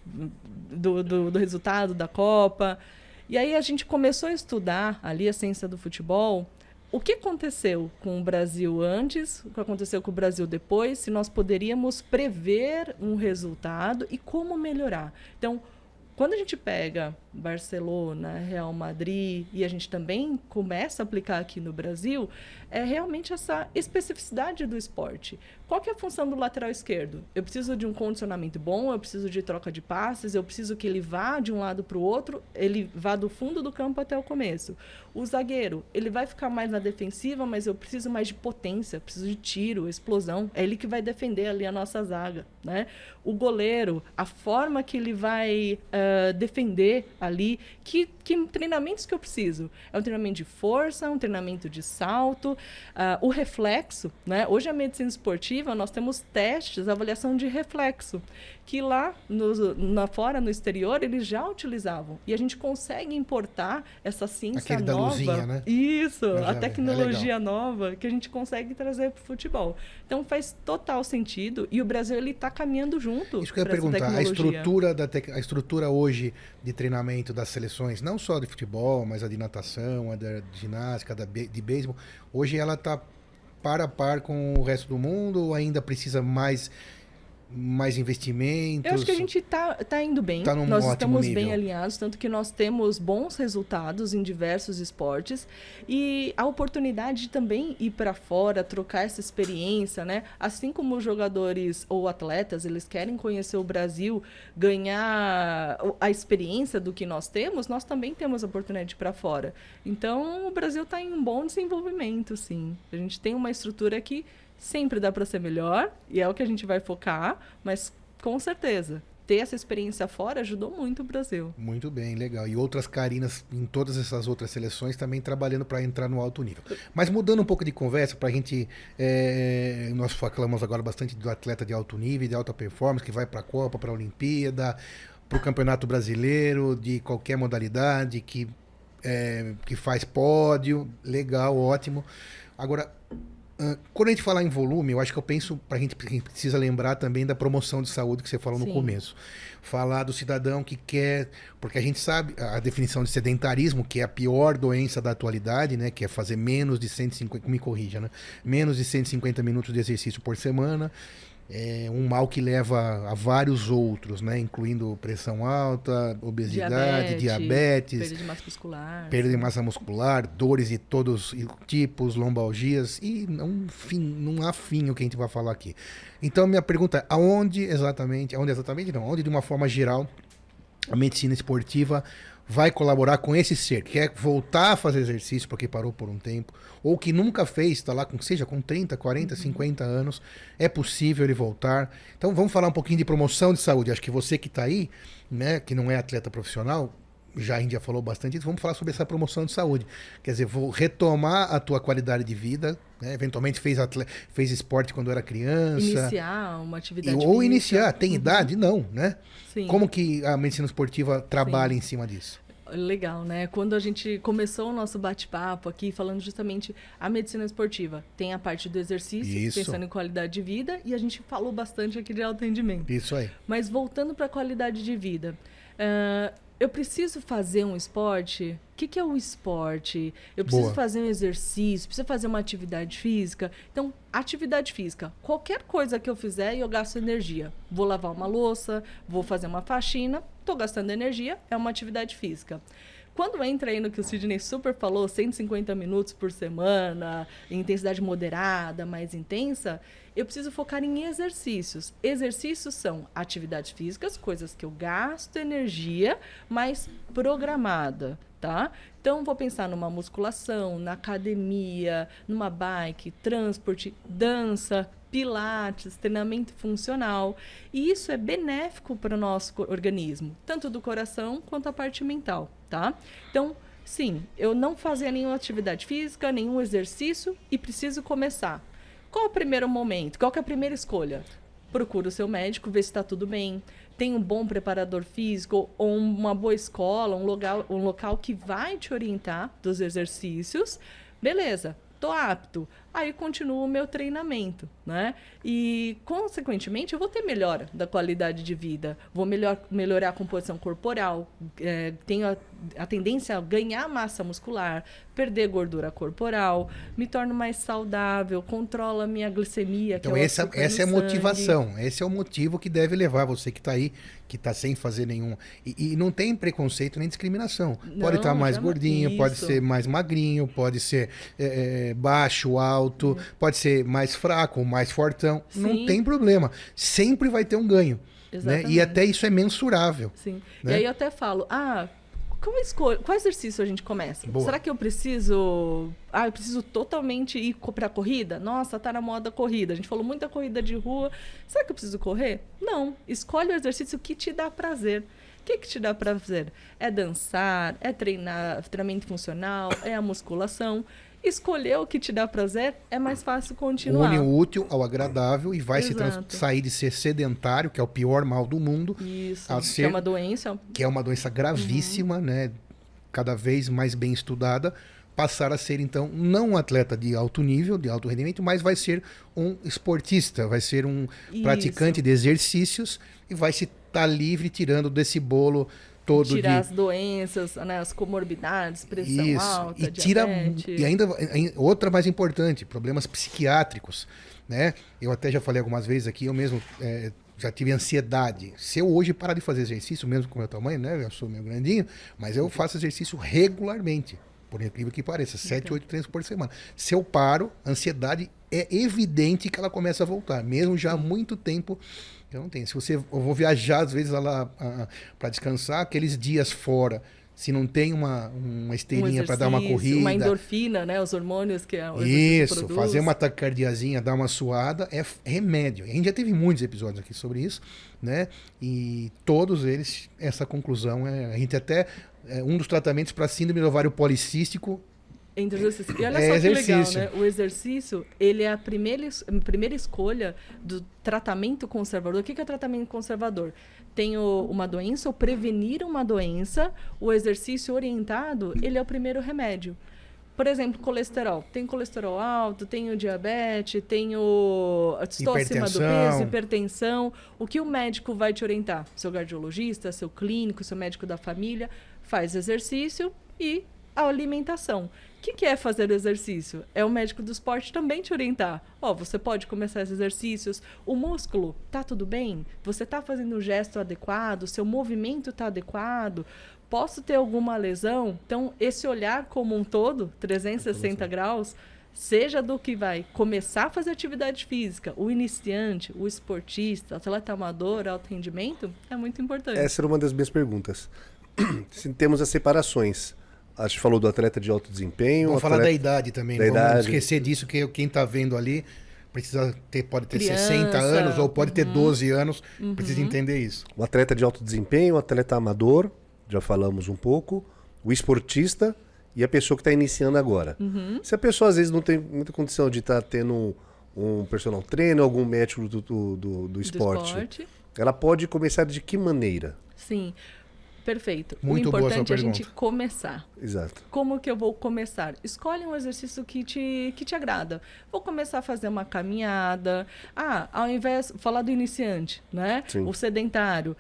do, do, do resultado da Copa. E aí a gente começou a estudar ali a ciência do futebol, o que aconteceu com o Brasil antes, o que aconteceu com o Brasil depois, se nós poderíamos prever um resultado e como melhorar. Então, quando a gente pega Barcelona, Real Madrid, e a gente também começa a aplicar aqui no Brasil, é realmente essa especificidade do esporte. Qual que é a função do lateral esquerdo? Eu preciso de um condicionamento bom, eu preciso de troca de passes, eu preciso que ele vá de um lado para o outro, ele vá do fundo do campo até o começo. O zagueiro, ele vai ficar mais na defensiva, mas eu preciso mais de potência, preciso de tiro, explosão. É ele que vai defender ali a nossa zaga, né? O goleiro, a forma que ele vai uh, defender ali, que, que treinamentos que eu preciso? É um treinamento de força, um treinamento de salto, uh, o reflexo, né? Hoje a medicina esportiva, nós temos testes, avaliação de reflexo, que lá no, na, fora, no exterior, eles já utilizavam. E a gente consegue importar essa ciência Aquele nova. Da luzinha, né? Isso, Mas a é, tecnologia é nova que a gente consegue trazer para o futebol. Então faz total sentido e o Brasil ele está caminhando junto. Isso que eu ia perguntar, a estrutura, da tec... a estrutura hoje de treinamento das seleções, não só de futebol, mas a de natação, a da ginástica, a da be... de beisebol, hoje ela está par a par com o resto do mundo ou ainda precisa mais... mais investimentos? Eu acho que a gente está tá indo bem, tá num nós ótimo estamos nível. bem alinhados, tanto que nós temos bons resultados em diversos esportes e a oportunidade de também ir para fora, trocar essa experiência, né? Assim como os jogadores ou atletas, eles querem conhecer o Brasil, ganhar a experiência do que nós temos, nós também temos a oportunidade de ir para fora. Então, o Brasil está em um bom desenvolvimento, sim. A gente tem uma estrutura que sempre dá para ser melhor, e é o que a gente vai focar, mas com certeza, ter essa experiência fora ajudou muito o Brasil. Muito bem, legal. E outras Carinas em todas essas outras seleções também trabalhando para entrar no alto nível. Mas mudando um pouco de conversa, para a gente... É, nós falamos agora bastante do atleta de alto nível, de alta performance, que vai para a Copa, para a Olimpíada, para o Campeonato Brasileiro, de qualquer modalidade, que, é, que faz pódio, legal, ótimo. Agora... Uh, quando a gente falar em volume, eu acho que eu penso, pra gente, a gente precisa lembrar também da promoção de saúde que você falou Sim. no começo. Falar do cidadão que quer, porque a gente sabe a definição de sedentarismo, que é a pior doença da atualidade, né? Que é fazer menos de cento e cinquenta, me corrija, né? Menos de cento e cinquenta minutos de exercício por semana. É um mal que leva a vários outros, né? Incluindo pressão alta, obesidade, diabetes, diabetes, perda de massa muscular, perda de massa muscular, dores de todos os tipos, lombalgias, e não, fim, não há fim o que a gente vai falar aqui. Então, minha pergunta é, aonde exatamente, aonde exatamente não, aonde de uma forma geral a medicina esportiva vai colaborar com esse ser que quer voltar a fazer exercício porque parou por um tempo, ou que nunca fez, está lá com, seja com trinta, quarenta, cinquenta anos, é possível ele voltar. Então vamos falar um pouquinho de promoção de saúde. Acho que você que está aí, né, que não é atleta profissional, já a gente já falou bastante isso, vamos falar sobre essa promoção de saúde. Quer dizer, vou retomar a tua qualidade de vida, né? Eventualmente fez, atleta, fez esporte quando era criança. Iniciar uma atividade e, física. Ou iniciar, tem uhum. idade? Não, né? Sim. Como que a medicina esportiva trabalha Sim. em cima disso? Legal, né? Quando a gente começou o nosso bate-papo aqui, falando justamente a medicina esportiva, tem a parte do exercício, Isso. pensando em qualidade de vida, e a gente falou bastante aqui de alto rendimento. Isso aí. Mas voltando para a qualidade de vida, uh, eu preciso fazer um esporte? O que, que é o esporte? Eu preciso Boa. fazer um exercício? Preciso fazer uma atividade física? Então, atividade física. Qualquer coisa que eu fizer, eu gasto energia. Vou lavar uma louça, vou fazer uma faxina, estou gastando energia, é uma atividade física. Quando entra aí no que o Sidney super falou, cento e cinquenta minutos por semana, intensidade moderada, mais intensa, eu preciso focar em exercícios. Exercícios são atividades físicas, coisas que eu gasto energia, mas programada, tá? Então, vou pensar numa musculação, na academia, numa bike, transporte, dança, pilates, treinamento funcional. E isso é benéfico para o nosso organismo, tanto do coração quanto a parte mental, tá? Então, sim, eu não fazia nenhuma atividade física, nenhum exercício e preciso começar. Qual é o primeiro momento? Qual que é a primeira escolha? Procura o seu médico, vê se está tudo bem. Tem um bom preparador físico ou uma boa escola, um local, um local que vai te orientar dos exercícios. Beleza, estou apto. Aí continuo o meu treinamento, né? E, consequentemente, eu vou ter melhora da qualidade de vida. Vou melhor, melhorar a composição corporal. É, tenho a, a tendência a ganhar massa muscular, perder gordura corporal, me torno mais saudável, controlo a minha glicemia. Então, que é o essa, essa é a motivação. Esse é o motivo que deve levar você que está aí, que está sem fazer nenhum... E, e não tem preconceito nem discriminação. Não, pode estar tá mais gordinho, isso. Pode ser mais magrinho, pode ser é, baixo, alto, Hum. pode ser mais fraco ou mais fortão, Sim. Não tem problema. Sempre vai ter um ganho. Né? E até isso é mensurável. Sim. Né? E aí eu até falo, ah, como escolho, qual exercício a gente começa? Boa. Será que eu preciso... Ah, eu preciso totalmente ir para a corrida? Nossa, tá na moda corrida. A gente falou muito da corrida de rua. Será que eu preciso correr? Não. Escolhe o exercício que te dá prazer. O que, que te dá prazer? É dançar, é treinar, treinamento funcional, é a musculação. Escolher o que te dá prazer é mais fácil continuar. Une o útil ao agradável e vai se trans- sair de ser sedentário, que é o pior mal do mundo. Isso, a que ser, é uma doença. Que é uma doença gravíssima, uhum. né? Cada vez mais bem estudada. Passar a ser, então, não um atleta de alto nível, de alto rendimento, mas vai ser um esportista, vai ser um Isso. praticante de exercícios e vai se estar livre tirando desse bolo todo tirar de... as doenças, né, as comorbidades, pressão Isso. alta, e tira diabetes. E ainda outra mais importante, problemas psiquiátricos, né? Eu até já falei algumas vezes aqui, eu mesmo é, já tive ansiedade. Se eu hoje parar de fazer exercício, mesmo com o meu tamanho, né? Eu sou meio grandinho, mas eu faço exercício regularmente, por incrível que pareça, sete, oito treinos por semana. Se eu paro, a ansiedade é evidente que ela começa a voltar, mesmo já há muito tempo. Não tem. Se você, eu vou viajar às vezes lá para descansar, aqueles dias fora, se não tem uma, uma esteirinha um para dar uma corrida, uma endorfina, né, os hormônios que o isso, produz. Fazer uma taquicardiazinha, dar uma suada é remédio. A gente já teve muitos episódios aqui sobre isso, né? E todos eles essa conclusão é, a gente até é, um dos tratamentos para síndrome do ovário policístico. Entre exercício. E olha é só exercício. que legal, né? O exercício, ele é a primeira, a primeira escolha do tratamento conservador. O que é tratamento conservador? Tenho uma doença ou prevenir uma doença, o exercício orientado, ele é o primeiro remédio. Por exemplo, colesterol. Tenho colesterol alto, tenho diabetes, tenho... estou acima do peso, hipertensão. O que o médico vai te orientar? Seu cardiologista, seu clínico, seu médico da família, faz exercício e a alimentação. O que, que é fazer exercício? É o médico do esporte também te orientar. Ó, oh, você pode começar esses exercícios. O músculo, tá tudo bem? Você tá fazendo o gesto adequado? Seu movimento tá adequado? Posso ter alguma lesão? Então, esse olhar como um todo, trezentos e sessenta graus, seja do que vai começar a fazer atividade física, o iniciante, o esportista, atleta amador, alto rendimento, é muito importante. Essa era uma das minhas perguntas. Se temos as separações. A gente falou do atleta de alto desempenho. Vamos falar atleta... da idade também. Da Não vamos idade. esquecer disso, que quem está vendo ali precisa ter, pode ter Criança, sessenta anos ou pode ter uhum. doze anos. Uhum. Precisa entender isso. O atleta de alto desempenho, o atleta amador, já falamos um pouco. O esportista e a pessoa que está iniciando agora. Uhum. Se a pessoa às vezes não tem muita condição de estar tá tendo um, um personal trainer, algum médico do, do, do, do esporte, Do esporte. ela pode começar de que maneira? Sim, perfeito. Muito o boa importante sua é a gente pergunta. começar. Exato. Como que eu vou começar? Escolhe um exercício que te, que te agrada. Vou começar a fazer uma caminhada. Ah, ao invés... Falar do iniciante, né? Sim. O sedentário.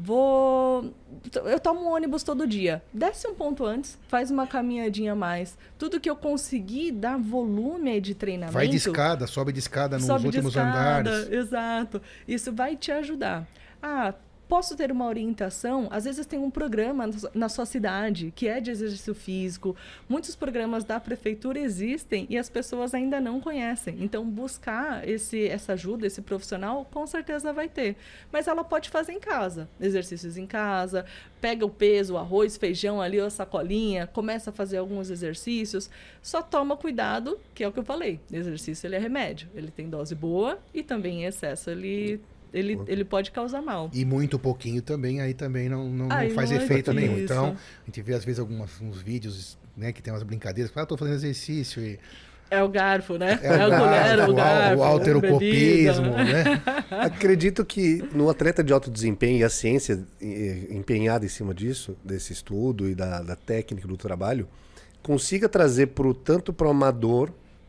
Vou... Eu tomo um ônibus todo dia. Desce um ponto antes, faz uma caminhadinha a mais. Tudo que eu conseguir dar volume aí de treinamento... Vai de escada, sobe de escada nos sobe de últimos escada, andares. Exato. Isso vai te ajudar. Ah, posso ter uma orientação? Às vezes tem um programa na sua cidade que é de exercício físico. Muitos programas da prefeitura existem e as pessoas ainda não conhecem. Então, buscar esse, essa ajuda, esse profissional, com certeza vai ter. Mas ela pode fazer em casa. Exercícios em casa, pega o peso, o arroz, feijão ali, a sacolinha, começa a fazer alguns exercícios. Só toma cuidado, que é o que eu falei. Exercício, ele é remédio. Ele tem dose boa e também em excesso ele... Ele, ele pode causar mal. E muito pouquinho também, aí também não, não, não Ai, faz não é efeito nenhum. isso. Então, a gente vê às vezes alguns uns vídeos, né, que tem umas brincadeiras. Ah, tô fazendo exercício e... É o garfo, né? É, o, a colher, garfo, o garfo. o alterocopismo, bebida. né? Acredito que no atleta de alto desempenho e a ciência eh, empenhada em cima disso, desse estudo e da, da técnica do trabalho, consiga trazer pro, tanto para o amador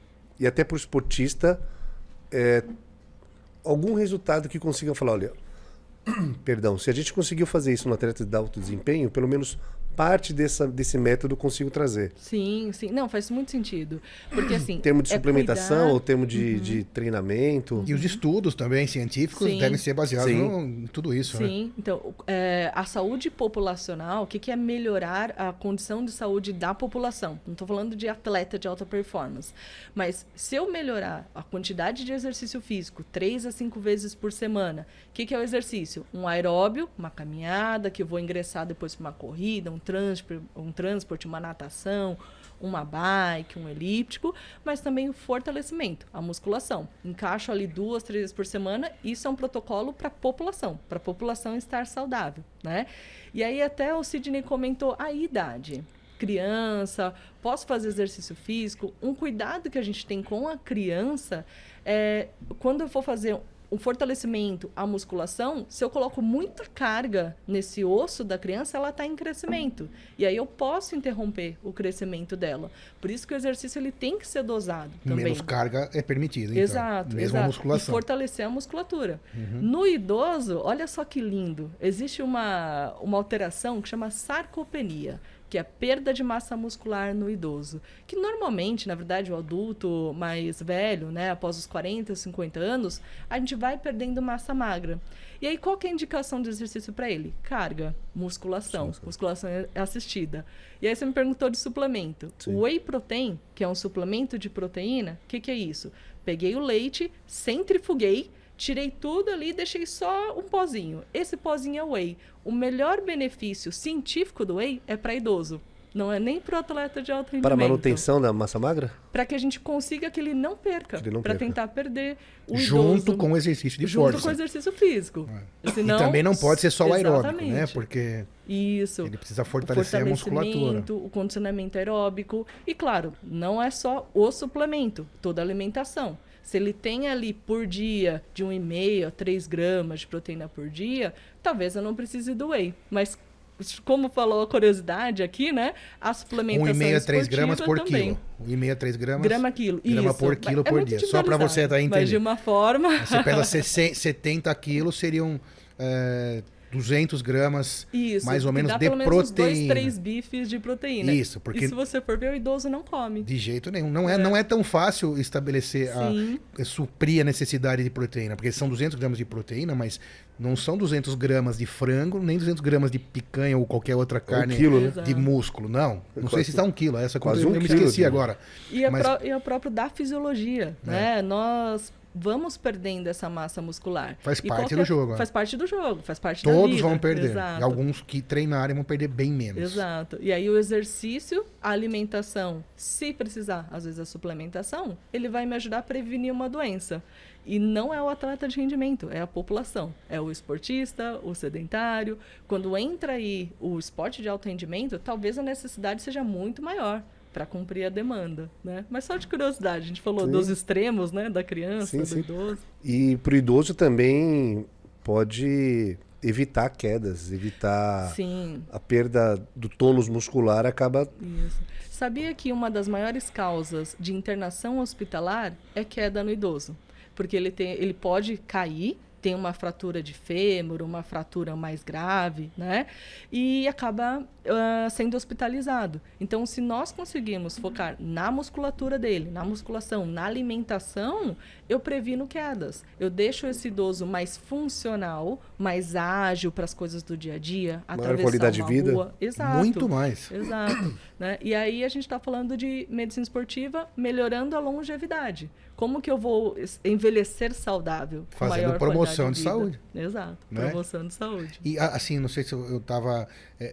e até para o esportista eh, algum resultado que consiga falar, olha, perdão, se a gente conseguiu fazer isso no atleta de alto desempenho, pelo menos parte dessa, desse método consigo trazer. Sim, sim. Não, faz muito sentido. Porque assim... Em termos de é suplementação, cuidar- ou termo de, de treinamento. E os estudos também científicos Sim. devem ser baseados Sim. no- em tudo isso, né? Sim, então, é, a saúde populacional, o que, que é melhorar a condição de saúde da população? Não estou falando de atleta de alta performance, mas se eu melhorar a quantidade de exercício físico três a cinco vezes por semana, o que, que é o exercício? Um aeróbio, uma caminhada, que eu vou ingressar depois para uma corrida, um transporte, um transporte, uma natação, uma bike, um elíptico, mas também o fortalecimento, a musculação. Encaixo ali duas, três vezes por semana, isso é um protocolo para a população, para a população estar saudável, né? E aí até o Sidney comentou a idade. Criança, posso fazer exercício físico? Um cuidado que a gente tem com a criança é quando eu for fazer o fortalecimento, a musculação, se eu coloco muita carga nesse osso da criança, ela está em crescimento. E aí eu posso interromper o crescimento dela. Por isso que o exercício ele tem que ser dosado também. Menos carga é permitido, então. Exato, Mesmo exato. a musculação. E fortalecer a musculatura. Uhum. No idoso, olha só que lindo. Existe uma, uma alteração que chama sarcopenia, que é a perda de massa muscular no idoso. Que normalmente, na verdade, o adulto mais velho, né, após os quarenta, cinquenta anos, a gente vai perdendo massa magra. E aí, qual que é a indicação de exercício para ele? Carga, musculação, Sim, sim. musculação assistida. E aí você me perguntou de suplemento. Sim. O whey protein, que é um suplemento de proteína, o que, que é isso? Peguei o leite, centrifuguei, tirei tudo ali e deixei só um pozinho. Esse pozinho é whey. O melhor benefício científico do whey é para idoso. Não é nem para o atleta de alto rendimento. Para manutenção da massa magra? Para que a gente consiga que ele não perca. Que ele não Para perca. tentar perder o Junto idoso. com o exercício de junto força. com o exercício físico. É. Senão, E também não pode ser só o aeróbico, né? Exatamente. Porque Isso. ele precisa O fortalecer a musculatura. fortalecimento, o condicionamento aeróbico. E, claro, não é só o suplemento, toda a alimentação. Se ele tem ali por dia de um e meio a três gramas de proteína por dia, talvez eu não precise do whey. Mas, como falou a curiosidade aqui, né? A suplementação um vírgula cinco a três gramas por também. quilo. um vírgula cinco a três gramas Grama quilo. grama Isso. por quilo É por muito dia. Só para você individualizado, estar Mas de entendendo. uma forma... Você pesa setenta quilos, seriam é, duzentos gramas, Isso, mais ou que menos, dá de pelo menos uns proteína. dois, três bifes de proteína. Isso, porque... E se você for ver, o idoso não come. De jeito nenhum. Não é, É. não é tão fácil estabelecer, Sim. a, suprir a necessidade de proteína, porque são duzentos gramas de proteína, mas não são duzentos gramas de frango, nem duzentos gramas de picanha ou qualquer outra carne quilo, né? de músculo. Não, não sei quase- se está um quilo. Essa conta quase eu um me quilo, esqueci né? agora. E é, Mas- pró- e é próprio da fisiologia, né? Nós vamos perdendo essa massa muscular. Faz E parte qualquer- do jogo, né? Faz parte do jogo, faz parte da Todos vida. vão perder. Exato. E alguns que treinarem vão perder bem menos. Exato. E aí o exercício, a alimentação, se precisar, às vezes a suplementação, ele vai me ajudar a prevenir uma doença. E não é o atleta de rendimento, é a população. É o esportista, o sedentário. Quando entra aí o esporte de alto rendimento, talvez a necessidade seja muito maior para cumprir a demanda, né? Mas só de curiosidade, a gente falou Sim. dos extremos, né? Da criança, Sim, do sim. idoso. E pro idoso também pode evitar quedas, evitar Sim. a perda do tônus muscular, acaba... Isso. Sabia que uma das maiores causas de internação hospitalar é queda no idoso? Porque ele, tem, ele pode cair, tem uma fratura de fêmur, uma fratura mais grave, né? E acaba uh, sendo hospitalizado. Então, se nós conseguirmos focar na musculatura dele, na musculação, na alimentação, eu previno quedas. Eu deixo esse idoso mais funcional, mais ágil para as coisas do dia a dia, Maior atravessar qualidade uma de vida. rua. Exato. Muito mais. Exato. Né? E aí a gente está falando de medicina esportiva melhorando a longevidade. Como que eu vou es- envelhecer saudável? com Fazendo maior promoção qualidade de vida? saúde. Exato. Né? Promoção de saúde. E a- assim, não sei se eu estava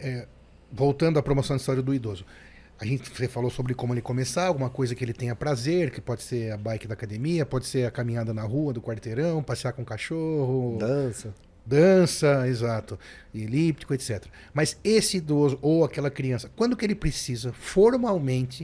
voltando à promoção de saúde do idoso. A gente você falou sobre como ele começar, alguma coisa que ele tenha prazer, que pode ser a bike da academia, pode ser a caminhada na rua do quarteirão, passear com o cachorro, Dança. dança, exato, elíptico, etcétera. Mas esse idoso ou aquela criança, quando que ele precisa formalmente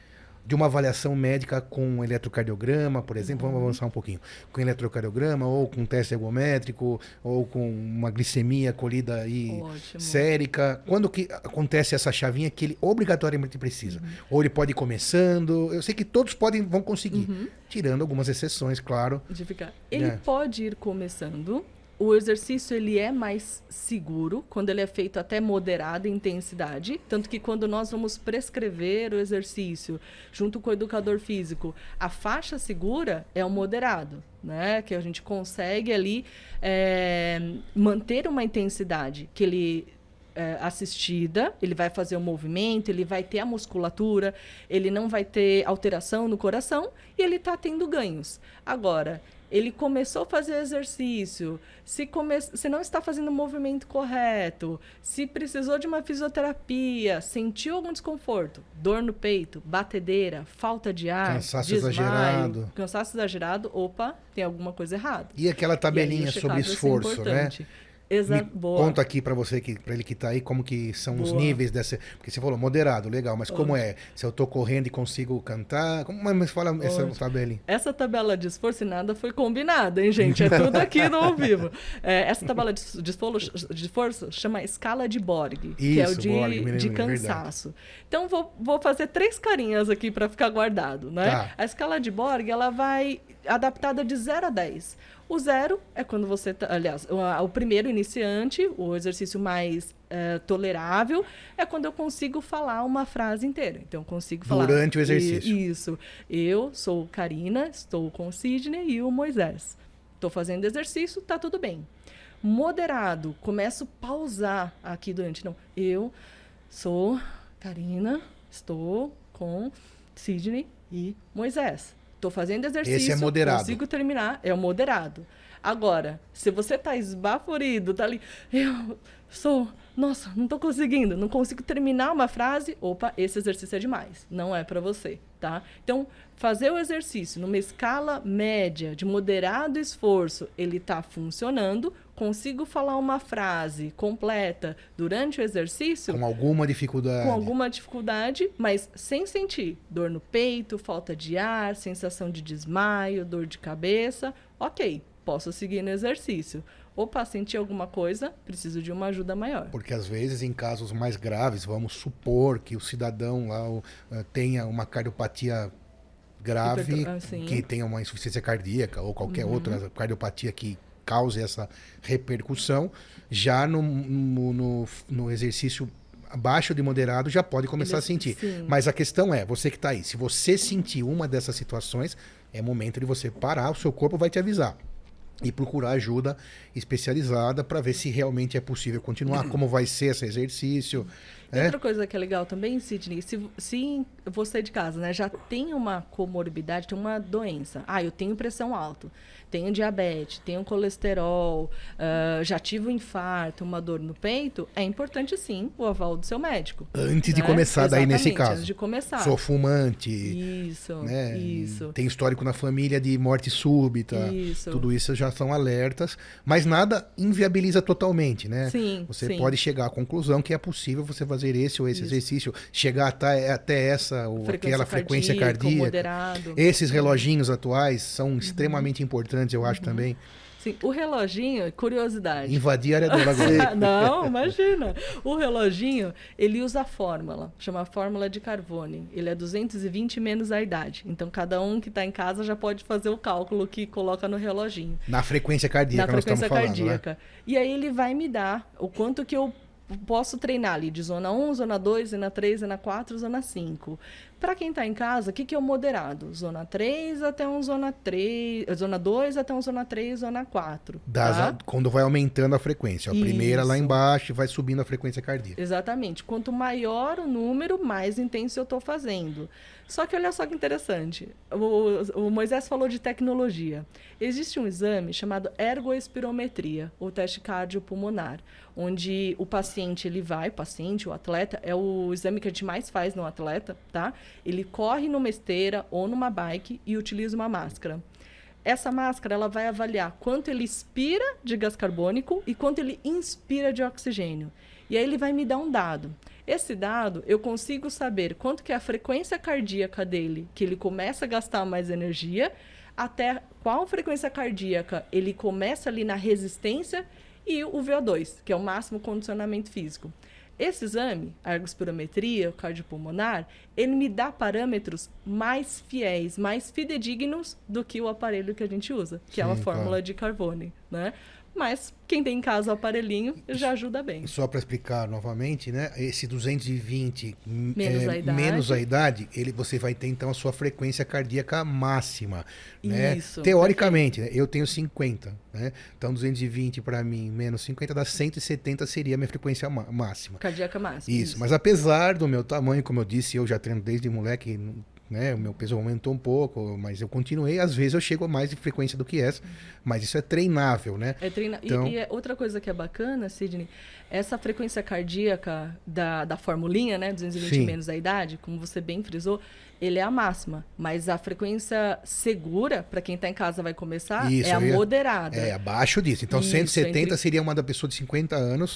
de uma avaliação médica com eletrocardiograma, por exemplo, vamos avançar um pouquinho, com eletrocardiograma ou com teste ergométrico ou com uma glicemia colhida aí Ótimo. sérica, quando que acontece essa chavinha que ele obrigatoriamente precisa? Ou ele pode ir começando, eu sei que todos podem, vão conseguir, tirando algumas exceções, claro. De ficar. Ele É. pode ir começando. O exercício ele é mais seguro quando ele é feito até moderada intensidade, tanto que quando nós vamos prescrever o exercício junto com o educador físico, a faixa segura é o moderado, né? Que a gente consegue ali é, manter uma intensidade que ele é, assistida, ele vai fazer o movimento, ele vai ter a musculatura, ele não vai ter alteração no coração e ele está tendo ganhos. Agora, ele começou a fazer exercício, se, come... se não está fazendo o movimento correto, se precisou de uma fisioterapia, sentiu algum desconforto, dor no peito, batedeira, falta de ar, Cansaço desmaio, exagerado. cansaço exagerado, opa, tem alguma coisa errada. E aquela E aí tabelinha o sobre check-up vai ser esforço, né? importante. Exato, Me boa. conta aqui pra você, que, pra ele que tá aí, como que são os Boa. níveis dessa... Porque você falou moderado, legal, mas como é? Se eu tô correndo e consigo cantar... Como, mas fala essa Ótimo. tabelinha. Essa tabela de esforço e nada foi combinada, hein, gente? É tudo aqui no ao vivo. É, essa tabela de, de, esforço, de esforço chama escala de Borg, que é o Isso, de, Borg, me lembro, de é verdade. cansaço. Então, vou, vou fazer três carinhas aqui para ficar guardado, né? Tá. A escala de Borg, ela vai adaptada de zero a dez. O zero é quando você... Tá, aliás, o, o primeiro iniciante, o exercício mais eh, tolerável, é quando eu consigo falar uma frase inteira. Então, eu consigo falar... Durante o exercício. I- Isso. Eu sou Karina, estou com o Sidney e o Moisés. Estou fazendo exercício, tá tudo bem. Moderado, começo a pausar aqui durante... Não, eu sou Karina, estou com Sidney e Moisés. Estou fazendo exercício, Esse é moderado. consigo terminar, é o moderado. Agora, se você está esbaforido, tá ali, eu sou, nossa, não estou conseguindo, não consigo terminar uma frase, opa, esse exercício é demais, não é para você, tá? Então, fazer o exercício numa escala média de moderado esforço, ele está funcionando, consigo falar uma frase completa durante o exercício, Com alguma dificuldade. com alguma dificuldade, mas sem sentir dor no peito, falta de ar, sensação de desmaio, dor de cabeça, ok, posso seguir no exercício. Opa, senti alguma coisa, preciso de uma ajuda maior. Porque às vezes, em casos mais graves, vamos supor que o cidadão lá o, eh, tenha uma cardiopatia grave, Hipertro- ah, sim. que tenha uma insuficiência cardíaca ou qualquer Uhum. outra cardiopatia que cause essa repercussão. Já no, no, no, no exercício abaixo de moderado, já pode começar Ele- a sentir. sim. Mas a questão é, você que está aí, se você sentir uma dessas situações, é momento de você parar, o seu corpo vai te avisar. E procurar ajuda especializada para ver se realmente é possível continuar, como vai ser esse exercício. E né? outra coisa que é legal também, Sidney, se, se você de casa, né, já tem uma comorbidade, tem uma doença. Ah, eu tenho pressão alta, tenho diabetes, tenho colesterol, ah, já tive um infarto, uma dor no peito, é importante sim o aval do seu médico. Antes de né? começar, daí nesse Exatamente, caso. Antes de começar. Sou fumante, Isso, né? isso. Tem histórico na família de morte súbita. Isso. Tudo isso já são alertas, mas nada inviabiliza totalmente, né? Sim, Você sim. pode chegar à conclusão que é possível você fazer esse ou esse Isso. exercício, chegar até, até essa ou Frequência aquela frequência cardíaca, cardíaca. moderado. Esses reloginhos atuais são Uhum. extremamente importantes, eu acho também. Sim, o reloginho, curiosidade. Invadir a área dela agora. Não, imagina. O reloginho, ele usa a fórmula, chama fórmula de Carvone. Ele é duzentos e vinte menos a idade. Então, cada um que está em casa já pode fazer o cálculo que coloca no reloginho. Na frequência cardíaca, Na nós frequência estamos falando, né? cardíaca. E aí ele vai me dar o quanto que eu posso treinar ali de zona um, zona dois, zona três, zona quatro, zona cinco. Para quem está em casa, o que, que é o moderado? Zona três até um zona três, zona dois até um zona três, zona quatro. Das- tá? Quando vai aumentando a frequência. A primeira lá Isso. embaixo e vai subindo a frequência cardíaca. Exatamente. Quanto maior o número, mais intenso eu estou fazendo. Só que olha só que interessante. O, o Moisés falou de tecnologia. Existe um exame chamado ergoespirometria, ou teste cardiopulmonar, onde o paciente ele vai, o paciente, o atleta, é o exame que a gente mais faz no atleta, tá? Ele corre numa esteira ou numa bike e utiliza uma máscara. Essa máscara ela vai avaliar quanto ele expira de gás carbônico e quanto ele inspira de oxigênio. E aí ele vai me dar um dado. Esse dado, eu consigo saber quanto que é a frequência cardíaca dele, que ele começa a gastar mais energia, até qual frequência cardíaca ele começa ali na resistência e o V O dois, que é o máximo condicionamento físico. Esse exame, a ergospirometria, o cardiopulmonar, ele me dá parâmetros mais fiéis, mais fidedignos do que o aparelho que a gente usa, que é uma Sim, fórmula claro. de Carvone, né? Mas quem tem em casa o aparelhinho já ajuda bem. Só para explicar novamente, né? Esse duzentos e vinte m- Menos é, a idade. menos a idade, ele, você vai ter então a sua frequência cardíaca máxima. Né? Isso, Teoricamente, né? Eu tenho cinquenta, né? Então duzentos e vinte para mim menos cinquenta dá cento e setenta, seria a minha frequência ma- máxima. Cardíaca máxima. Isso, mas apesar do meu tamanho, como eu disse, eu já treino desde moleque, né? O meu peso aumentou um pouco, mas eu continuei. Às vezes eu chego a mais de frequência do que essa, mas isso é treinável, né? É treina... Então- E, e é outra coisa que é bacana, Sidney, essa frequência cardíaca da, da formulinha, né, duzentos e vinte Sim. menos a idade, como você bem frisou, ele é a máxima. Mas a frequência segura, para quem está em casa vai começar, Isso, é a eu ia- moderada. É, abaixo disso. Então, Isso, cento e setenta entre- seria uma da pessoa de cinquenta anos.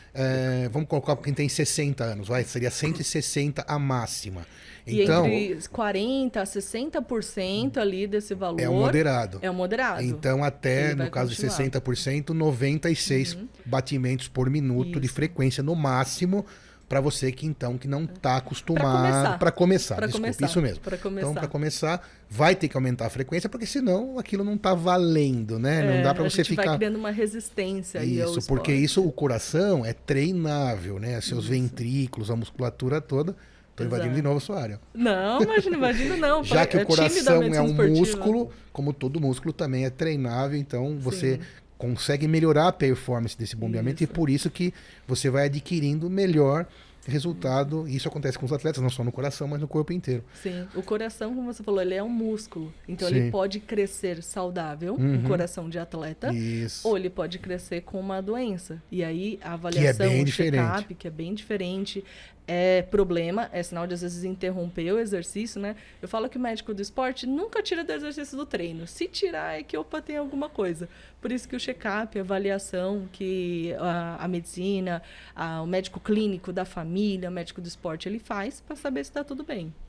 É, vamos colocar quem tem sessenta anos, vai, seria cento e sessenta a máxima. E Então, entre quarenta por cento a sessenta por cento ali desse valor é o moderado. é o moderado. Então, até, Ele vai no caso continuar. de sessenta por cento, noventa e seis batimentos por minuto de Isso. frequência no máximo, para você que então que não está acostumado começar. para começar, Pra desculpa, começar, isso mesmo. pra começar. Então, para começar, vai ter que aumentar a frequência, porque senão aquilo não está valendo, né? É, não dá para a você gente vai ficar criando uma resistência aí ao Isso, porque esporte. isso, o coração é treinável, né? Seus Isso. ventrículos, a musculatura toda. Tô invadindo Exato. de novo a sua área. Não, imagina, imagina não. Já que é o coração é medicina um esportiva. músculo, como todo músculo também é treinável, então você Sim. consegue melhorar a performance desse bombeamento Isso. e por isso que você vai adquirindo melhor resultado. E isso acontece com os atletas, não só no coração, mas no corpo inteiro. Sim, o coração, como você falou, ele é um músculo. Então Sim. ele pode crescer saudável, Uhum. um coração de atleta, Isso. ou ele pode crescer com uma doença. E aí a avaliação, bem o diferente. check-up, que é bem diferente, é problema, é sinal de às vezes interromper o exercício, né? Eu falo que o médico do esporte nunca tira do exercício do treino. Se tirar é que, opa, tem alguma coisa. Por isso que o check-up, a avaliação que a, a medicina, a- o médico clínico da família, o médico do esporte, ele faz para saber se está tudo bem.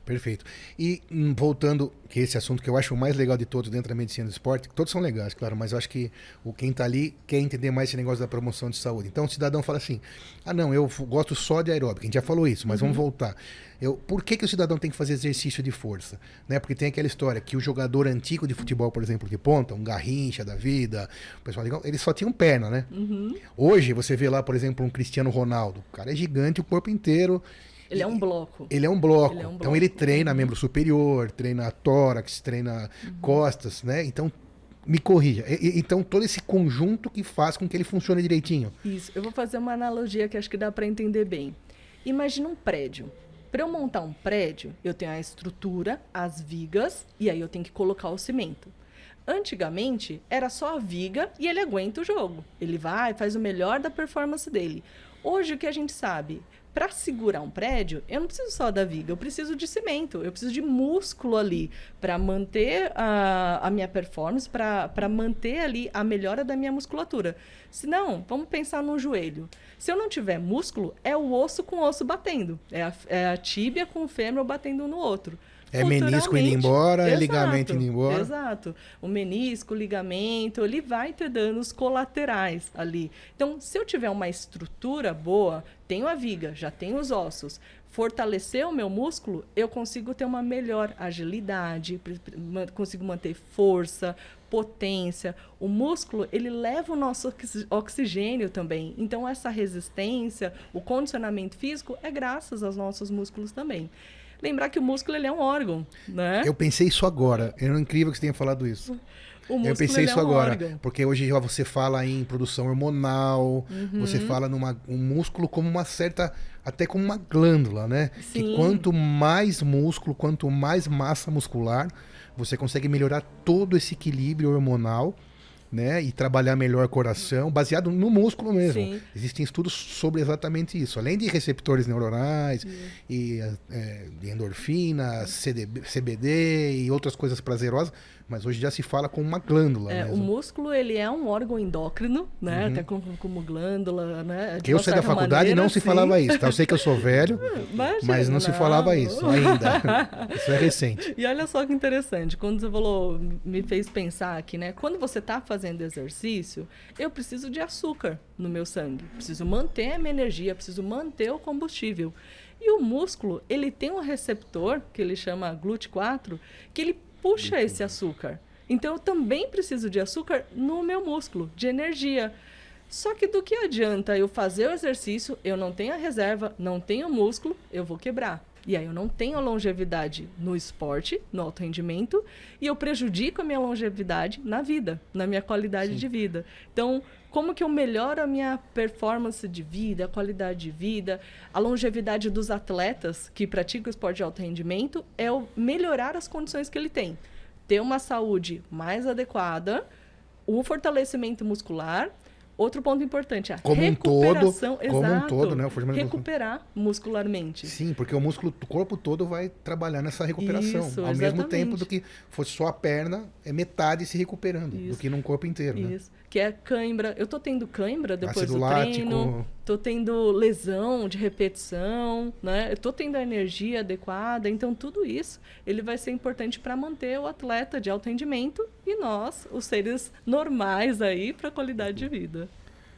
Perfeito. E hum, voltando, que esse assunto que eu acho o mais legal de todos dentro da medicina do esporte, todos são legais, claro, mas eu acho que o quem está ali quer entender mais esse negócio da promoção de saúde. Então o cidadão fala assim, ah não, eu gosto só de aeróbica, a gente já falou isso, mas uhum. vamos voltar. Eu, por que, que o cidadão tem que fazer exercício de força? Né? Porque tem aquela história que o jogador antigo de futebol, por exemplo, de ponta, um Garrincha da vida, o pessoal, eles só tinham perna, né? Uhum. Hoje você vê lá, por exemplo, um Cristiano Ronaldo, o cara é gigante o corpo inteiro. Ele é um bloco. Ele é um bloco. Ele é um bloco. Então ele treina membro superior, treina tórax, treina uhum. costas, né? Então, me corrija. E, então, todo esse conjunto que faz com que ele funcione direitinho. Isso. Eu vou fazer uma analogia que acho que dá para entender bem. Imagina um prédio. Para eu montar um prédio, eu tenho a estrutura, as vigas, e aí eu tenho que colocar o cimento. Antigamente, era só a viga e ele aguenta o jogo. Ele vai, faz o melhor da performance dele. Hoje, o que a gente sabe? Para segurar um prédio, eu não preciso só da viga, eu preciso de cimento, eu preciso de músculo ali para manter a, a minha performance, para manter ali a melhora da minha musculatura. Se não, vamos pensar no joelho. Se eu não tiver músculo, é o osso com o osso batendo, é a, é a tíbia com o fêmur batendo um no outro. É menisco indo embora, exato, é ligamento indo embora. Exato. O menisco, o ligamento, ele vai ter danos colaterais ali. Então, se eu tiver uma estrutura boa, tenho a viga, já tenho os ossos, fortalecer o meu músculo, eu consigo ter uma melhor agilidade, consigo manter força, potência. O músculo, ele leva o nosso oxigênio também. Então, essa resistência, o condicionamento físico é graças aos nossos músculos também. Lembrar que o músculo ele é um órgão, né? Eu pensei isso agora. É incrível que você tenha falado isso. O músculo, eu pensei ele isso é um agora. órgão. Porque hoje já você fala em produção hormonal, uhum. você fala numa um músculo como uma certa, até como uma glândula, né? Sim. Que quanto mais músculo, quanto mais massa muscular, você consegue melhorar todo esse equilíbrio hormonal, né, e trabalhar melhor o coração, baseado no músculo mesmo. Sim. Existem estudos sobre exatamente isso. Além de receptores neuronais, e, é, de endorfina, C D B, C B D e outras coisas prazerosas, mas hoje já se fala com uma glândula é, mesmo. O músculo, ele é um órgão endócrino, né? Uhum. Até como, como glândula, né? Que eu saí da faculdade maneira, e não se sim. falava isso, tá? Eu sei que eu sou velho, Imagina, mas não, não se falava isso ainda. Isso é recente. E olha só que interessante, quando você falou, me fez pensar aqui, né? Quando você está fazendo exercício, eu preciso de açúcar no meu sangue. Preciso manter a minha energia, preciso manter o combustível. E o músculo, ele tem um receptor, que ele chama G L U T quatro, que ele puxa esse açúcar. Então, eu também preciso de açúcar no meu músculo, de energia. Só que do que adianta eu fazer o exercício, eu não tenho a reserva, não tenho músculo, eu vou quebrar. E aí eu não tenho longevidade no esporte, no alto rendimento, e eu prejudico a minha longevidade na vida, na minha qualidade Sim. de vida. Então, como que eu melhoro a minha performance de vida, a qualidade de vida, a longevidade dos atletas que praticam esporte de alto rendimento, é o melhorar as condições que ele tem. Ter uma saúde mais adequada, o fortalecimento muscular. Outro ponto importante, a como recuperação. Um todo, como um todo, né? O recuperar muscularmente. Sim, porque o músculo, o corpo todo vai trabalhar nessa recuperação. Isso, ao exatamente. mesmo tempo do que fosse só a perna, é metade se recuperando, Isso. do que num corpo inteiro. Isso. Né? Que é cãibra. Eu tô tendo cãibra depois Ácido do lático. treino. Tô tendo lesão de repetição, né? Eu tô tendo a energia adequada. Então, tudo isso ele vai ser importante para manter o atleta de alto rendimento e nós, os seres normais aí, para a qualidade de vida.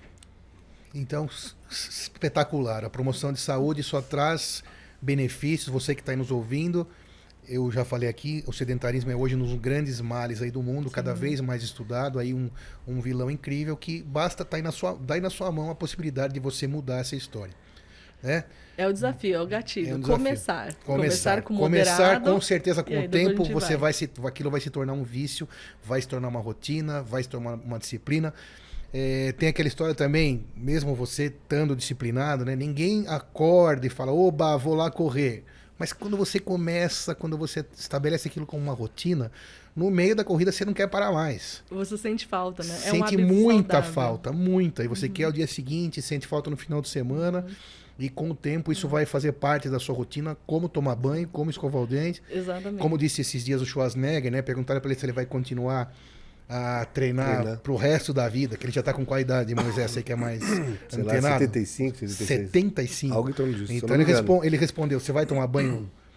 Então, espetacular. A promoção de saúde só traz benefícios. Você que está aí nos ouvindo, eu já falei aqui, o sedentarismo é hoje um dos grandes males aí do mundo, Sim. cada vez mais estudado, aí um, um vilão incrível que basta estar tá aí na sua, dar aí na sua mão a possibilidade de você mudar essa história. Né? É o desafio, é o gatilho. É um desafio. Começar. Começar. Começar com moderado. Começar com certeza, com o tempo, você vai. vai se, aquilo vai se tornar um vício, vai se tornar uma rotina, vai se tornar uma, uma disciplina. É, tem aquela história também, mesmo você estando disciplinado, né? Ninguém acorda e fala, oba, vou lá correr. Mas quando você começa, quando você estabelece aquilo como uma rotina, no meio da corrida você não quer parar mais. Você sente falta, né? É sente um muita saudável. falta, muita. E você uhum. quer o dia seguinte, sente falta no final de semana. Uhum. E com o tempo isso uhum. vai fazer parte da sua rotina, como tomar banho, como escovar o dente. Exatamente. Como disse esses dias o Schwarzenegger, né? Perguntaram para ele se ele vai continuar a treinar Treina. pro resto da vida, que ele já tá com qual idade, Moisés, você que é mais Sei lá, setenta e cinco, setenta e seis. setenta e cinco. Algo em torno disso. Então ele, respon ele respondeu, você vai tomar banho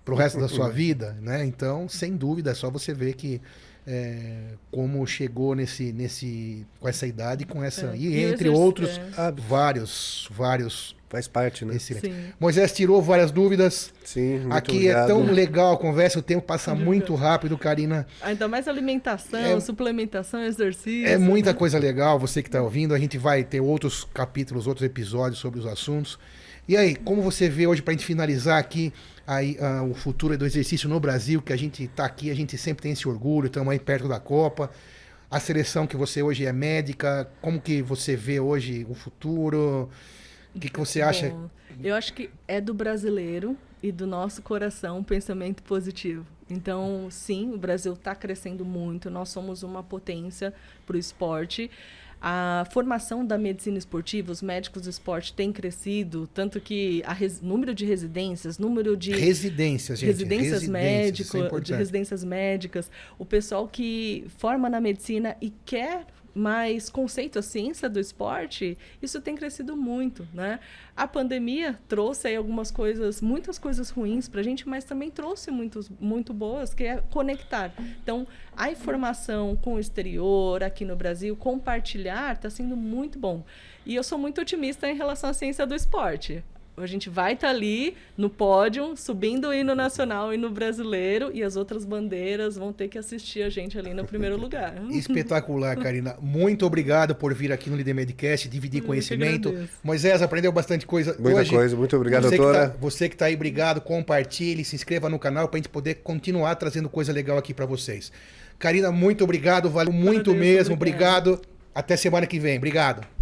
pro resto da sua vida, né? Então, sem dúvida, é só você ver que é, como chegou nesse, nesse, com essa idade, com essa É. e E entre exerc- outros, Ah, vários, vários. faz parte, né? Excelente. Sim. Moisés tirou várias dúvidas. Sim, muito Aqui obrigado. é tão legal a conversa, o tempo passa muito rápido, Karina. Ainda mais alimentação, É- suplementação, exercício. É muita coisa legal, você que está ouvindo. A gente vai ter outros capítulos, outros episódios sobre os assuntos. E aí, como você vê hoje, para a gente finalizar aqui, aí, ah, o futuro do exercício no Brasil, que a gente está aqui, a gente sempre tem esse orgulho, estamos aí perto da Copa. A seleção que você hoje é médica, como que você vê hoje o futuro? O que, que você acha? Bom, eu acho que é do brasileiro e do nosso coração um pensamento positivo. Então, sim, o Brasil está crescendo muito, nós somos uma potência para o esporte. A formação da medicina esportiva, os médicos do esporte têm crescido, tanto que o número de residências, número de Residências, gente. residências isso é médicas, de importante. residências médicas, o pessoal que forma na medicina e quer mais conceito, a ciência do esporte, isso tem crescido muito, né? A pandemia trouxe aí algumas coisas, muitas coisas ruins para a gente, mas também trouxe muitos, muito boas, que é conectar. Então, a informação com o exterior, aqui no Brasil, compartilhar, está sendo muito bom. E eu sou muito otimista em relação à ciência do esporte. A gente vai estar ali no pódio, subindo o hino nacional e no brasileiro, e as outras bandeiras vão ter que assistir a gente ali no primeiro lugar. Espetacular, Karina. Muito obrigado por vir aqui no Líder Medcast, dividir Eu que conhecimento. agradeço. Moisés, aprendeu bastante coisa Muita hoje. coisa, muito obrigado, você doutora. Que tá, você que está aí, obrigado, compartilhe, se inscreva no canal para a gente poder continuar trazendo coisa legal aqui para vocês. Karina, muito obrigado, valeu muito Agradeço, mesmo, obrigada. obrigado. Até semana que vem, obrigado.